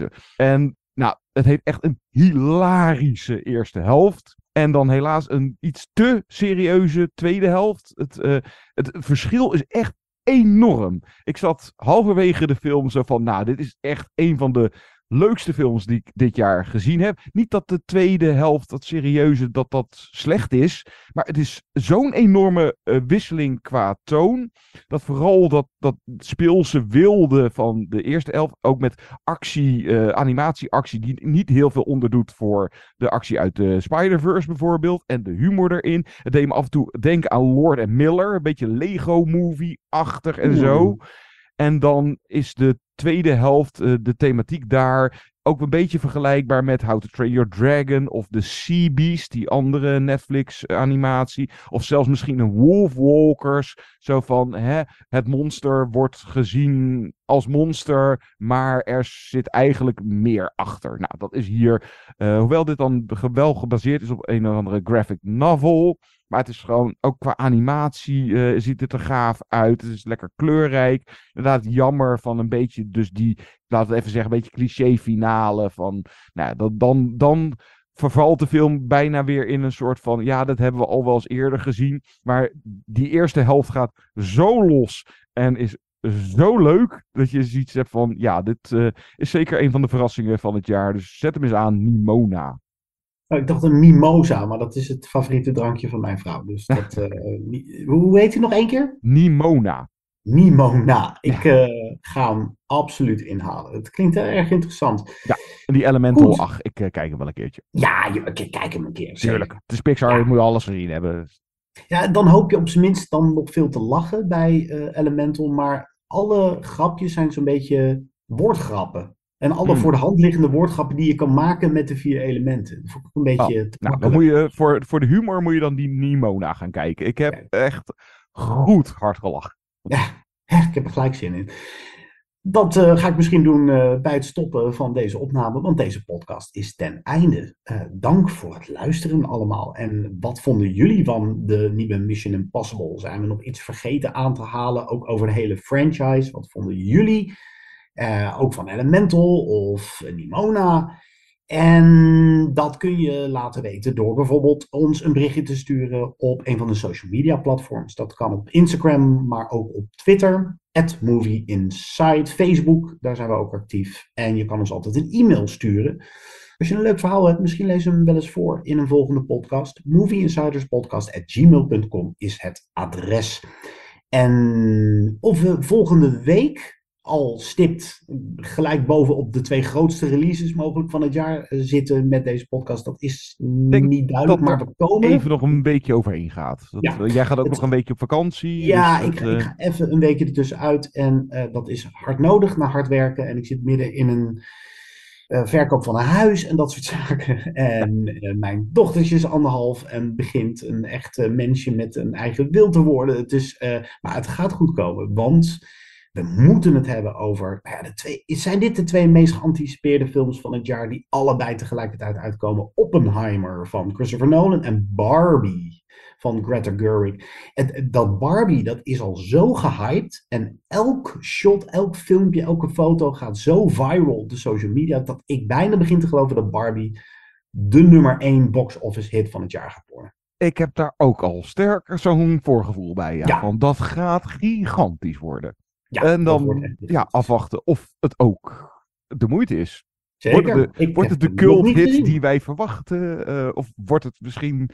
En het heeft echt een hilarische eerste helft. En dan helaas een iets te serieuze tweede helft. Het verschil is echt enorm. Ik zat halverwege de film zo van, dit is echt een van de leukste films die ik dit jaar gezien heb. Niet dat de tweede helft, dat serieuze, dat slecht is. Maar het is zo'n enorme wisseling qua toon. Dat vooral dat speelse wilde van de eerste helft. Ook met animatieactie die niet heel veel onderdoet voor de actie uit de Spider-Verse bijvoorbeeld. En de humor erin. Het deed me af en toe denken aan Lord & Miller. Een beetje Lego-movie-achtig en zo. En dan is de tweede helft, de thematiek daar, ook een beetje vergelijkbaar met How to Train Your Dragon of The Sea Beast, die andere Netflix-animatie. Of zelfs misschien een Wolfwalkers. Zo van, het monster wordt gezien als monster, maar er zit eigenlijk meer achter. Dat is hier, hoewel dit dan wel gebaseerd is op een of andere graphic novel. Maar het is gewoon, ook qua animatie ziet het er gaaf uit. Het is lekker kleurrijk. Inderdaad jammer van een beetje, dus die, laten we even zeggen, een beetje cliché finale. Van, dan vervalt de film bijna weer in een soort van, dat hebben we al wel eens eerder gezien. Maar die eerste helft gaat zo los en is zo leuk dat je zoiets hebt van, dit is zeker een van de verrassingen van het jaar. Dus zet hem eens aan, Nimona. Oh, ik dacht een mimosa, maar dat is het favoriete drankje van mijn vrouw. Dus dat, hoe heet hij nog één keer? Nimona. Nimona. Ik ga hem absoluut inhalen. Het klinkt heel erg interessant. Ja, en die Elemental, Goed. ach, ik kijk hem wel een keertje. Ja, kijk hem een keer. Tuurlijk. Het is Pixar, je moet alles gezien hebben. Ja, dan hoop je op zijn minst dan nog veel te lachen bij Elemental. Maar alle grapjes zijn zo'n beetje woordgrappen. En alle voor de hand liggende woordgrappen die je kan maken met de 4 elementen. Dat vond ik een beetje te nou, dan moet je, voor de humor moet je dan die Nimona gaan kijken. Ik heb echt goed hard gelachen. Ja, ik heb er gelijk zin in. Dat ga ik misschien doen bij het stoppen van deze opname, want deze podcast is ten einde. Dank voor het luisteren allemaal. En wat vonden jullie van de nieuwe Mission Impossible? Zijn we nog iets vergeten aan te halen, ook over de hele franchise? Wat vonden jullie? Ook van Elemental of Nimona? En dat kun je laten weten door bijvoorbeeld ons een berichtje te sturen op een van de social media platforms. Dat kan op Instagram, maar ook op Twitter, @movieinside, Facebook, daar zijn we ook actief. En je kan ons altijd een e-mail sturen. Als je een leuk verhaal hebt, misschien lezen we hem wel eens voor in een volgende podcast. movieinsiderspodcast@gmail.com is het adres. En of we volgende week al stipt gelijk bovenop de 2 grootste releases mogelijk van het jaar zitten met deze podcast. Dat is niet duidelijk, maar we komen. Even nog een beetje overheen gaat. Jij gaat ook nog een weekje op vakantie. Ja, dus ik ga even een weekje ertussenuit. En dat is hard nodig na hard werken. En ik zit midden in een verkoop van een huis en dat soort zaken. En mijn dochtertje is 1,5 en begint een echt mensje met een eigen wil te worden. Dus, maar het gaat goed komen, want we moeten het hebben over... zijn dit de 2 meest geanticipeerde films van het jaar die allebei tegelijkertijd uitkomen? Oppenheimer van Christopher Nolan en Barbie van Greta Gerwig. Dat Barbie, dat is al zo gehyped. En elk shot, elk filmpje, elke foto gaat zo viral op de social media dat ik bijna begin te geloven dat Barbie de nummer 1 box office hit van het jaar gaat worden. Ik heb daar ook al sterker zo'n voorgevoel bij. Ja. Want dat gaat gigantisch worden. Ja, en dan afwachten of het ook de moeite is. Zeker. Wordt het de cult hit die wij verwachten? Of wordt het misschien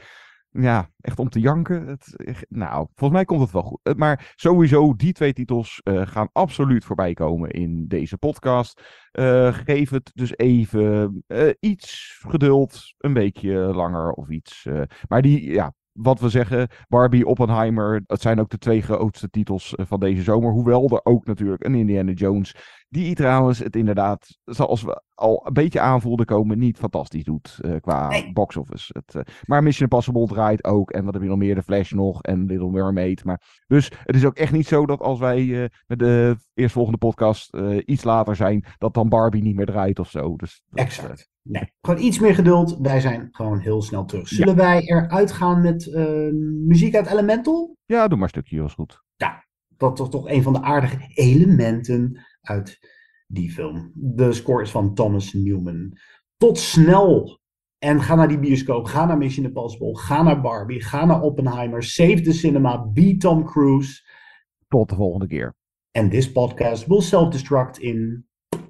echt om te janken? Volgens mij komt het wel goed. Maar sowieso, die 2 titels gaan absoluut voorbij komen in deze podcast. Geef het dus even iets geduld, een beetje langer of iets. Maar wat we zeggen, Barbie, Oppenheimer, dat zijn ook de 2 grootste titels van deze zomer. Hoewel er ook natuurlijk een Indiana Jones, die trouwens het inderdaad, zoals we al een beetje aanvoelden komen, niet fantastisch doet qua box office. Maar Mission Impossible draait ook. En wat heb je nog meer? The Flash nog en Little Mermaid. Dus het is ook echt niet zo dat als wij met de eerstvolgende podcast iets later zijn, dat dan Barbie niet meer draait of zo. Dus, exact. Nee, gewoon iets meer geduld. Wij zijn gewoon heel snel terug. Zullen wij eruit gaan met muziek uit Elemental? Ja, doe maar een stukje, was goed. Ja, dat is toch een van de aardige elementen uit die film. De score is van Thomas Newman. Tot snel! En ga naar die bioscoop, ga naar Mission Impossible, ga naar Barbie, ga naar Oppenheimer, save the cinema, be Tom Cruise. Tot de volgende keer. And this podcast will self-destruct in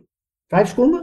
5 seconden.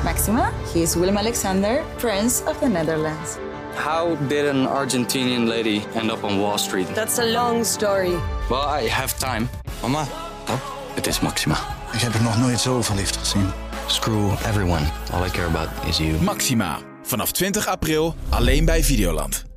Maxima, he is Willem-Alexander, Prince of the Netherlands. How did an Argentinian lady end up on Wall Street? That's a long story. Well, I have time. Mama, Het is Maxima. ik heb er nog nooit zo verliefd gezien. Screw everyone. All I care about is you. Maxima. Vanaf 20 april alleen bij Videoland.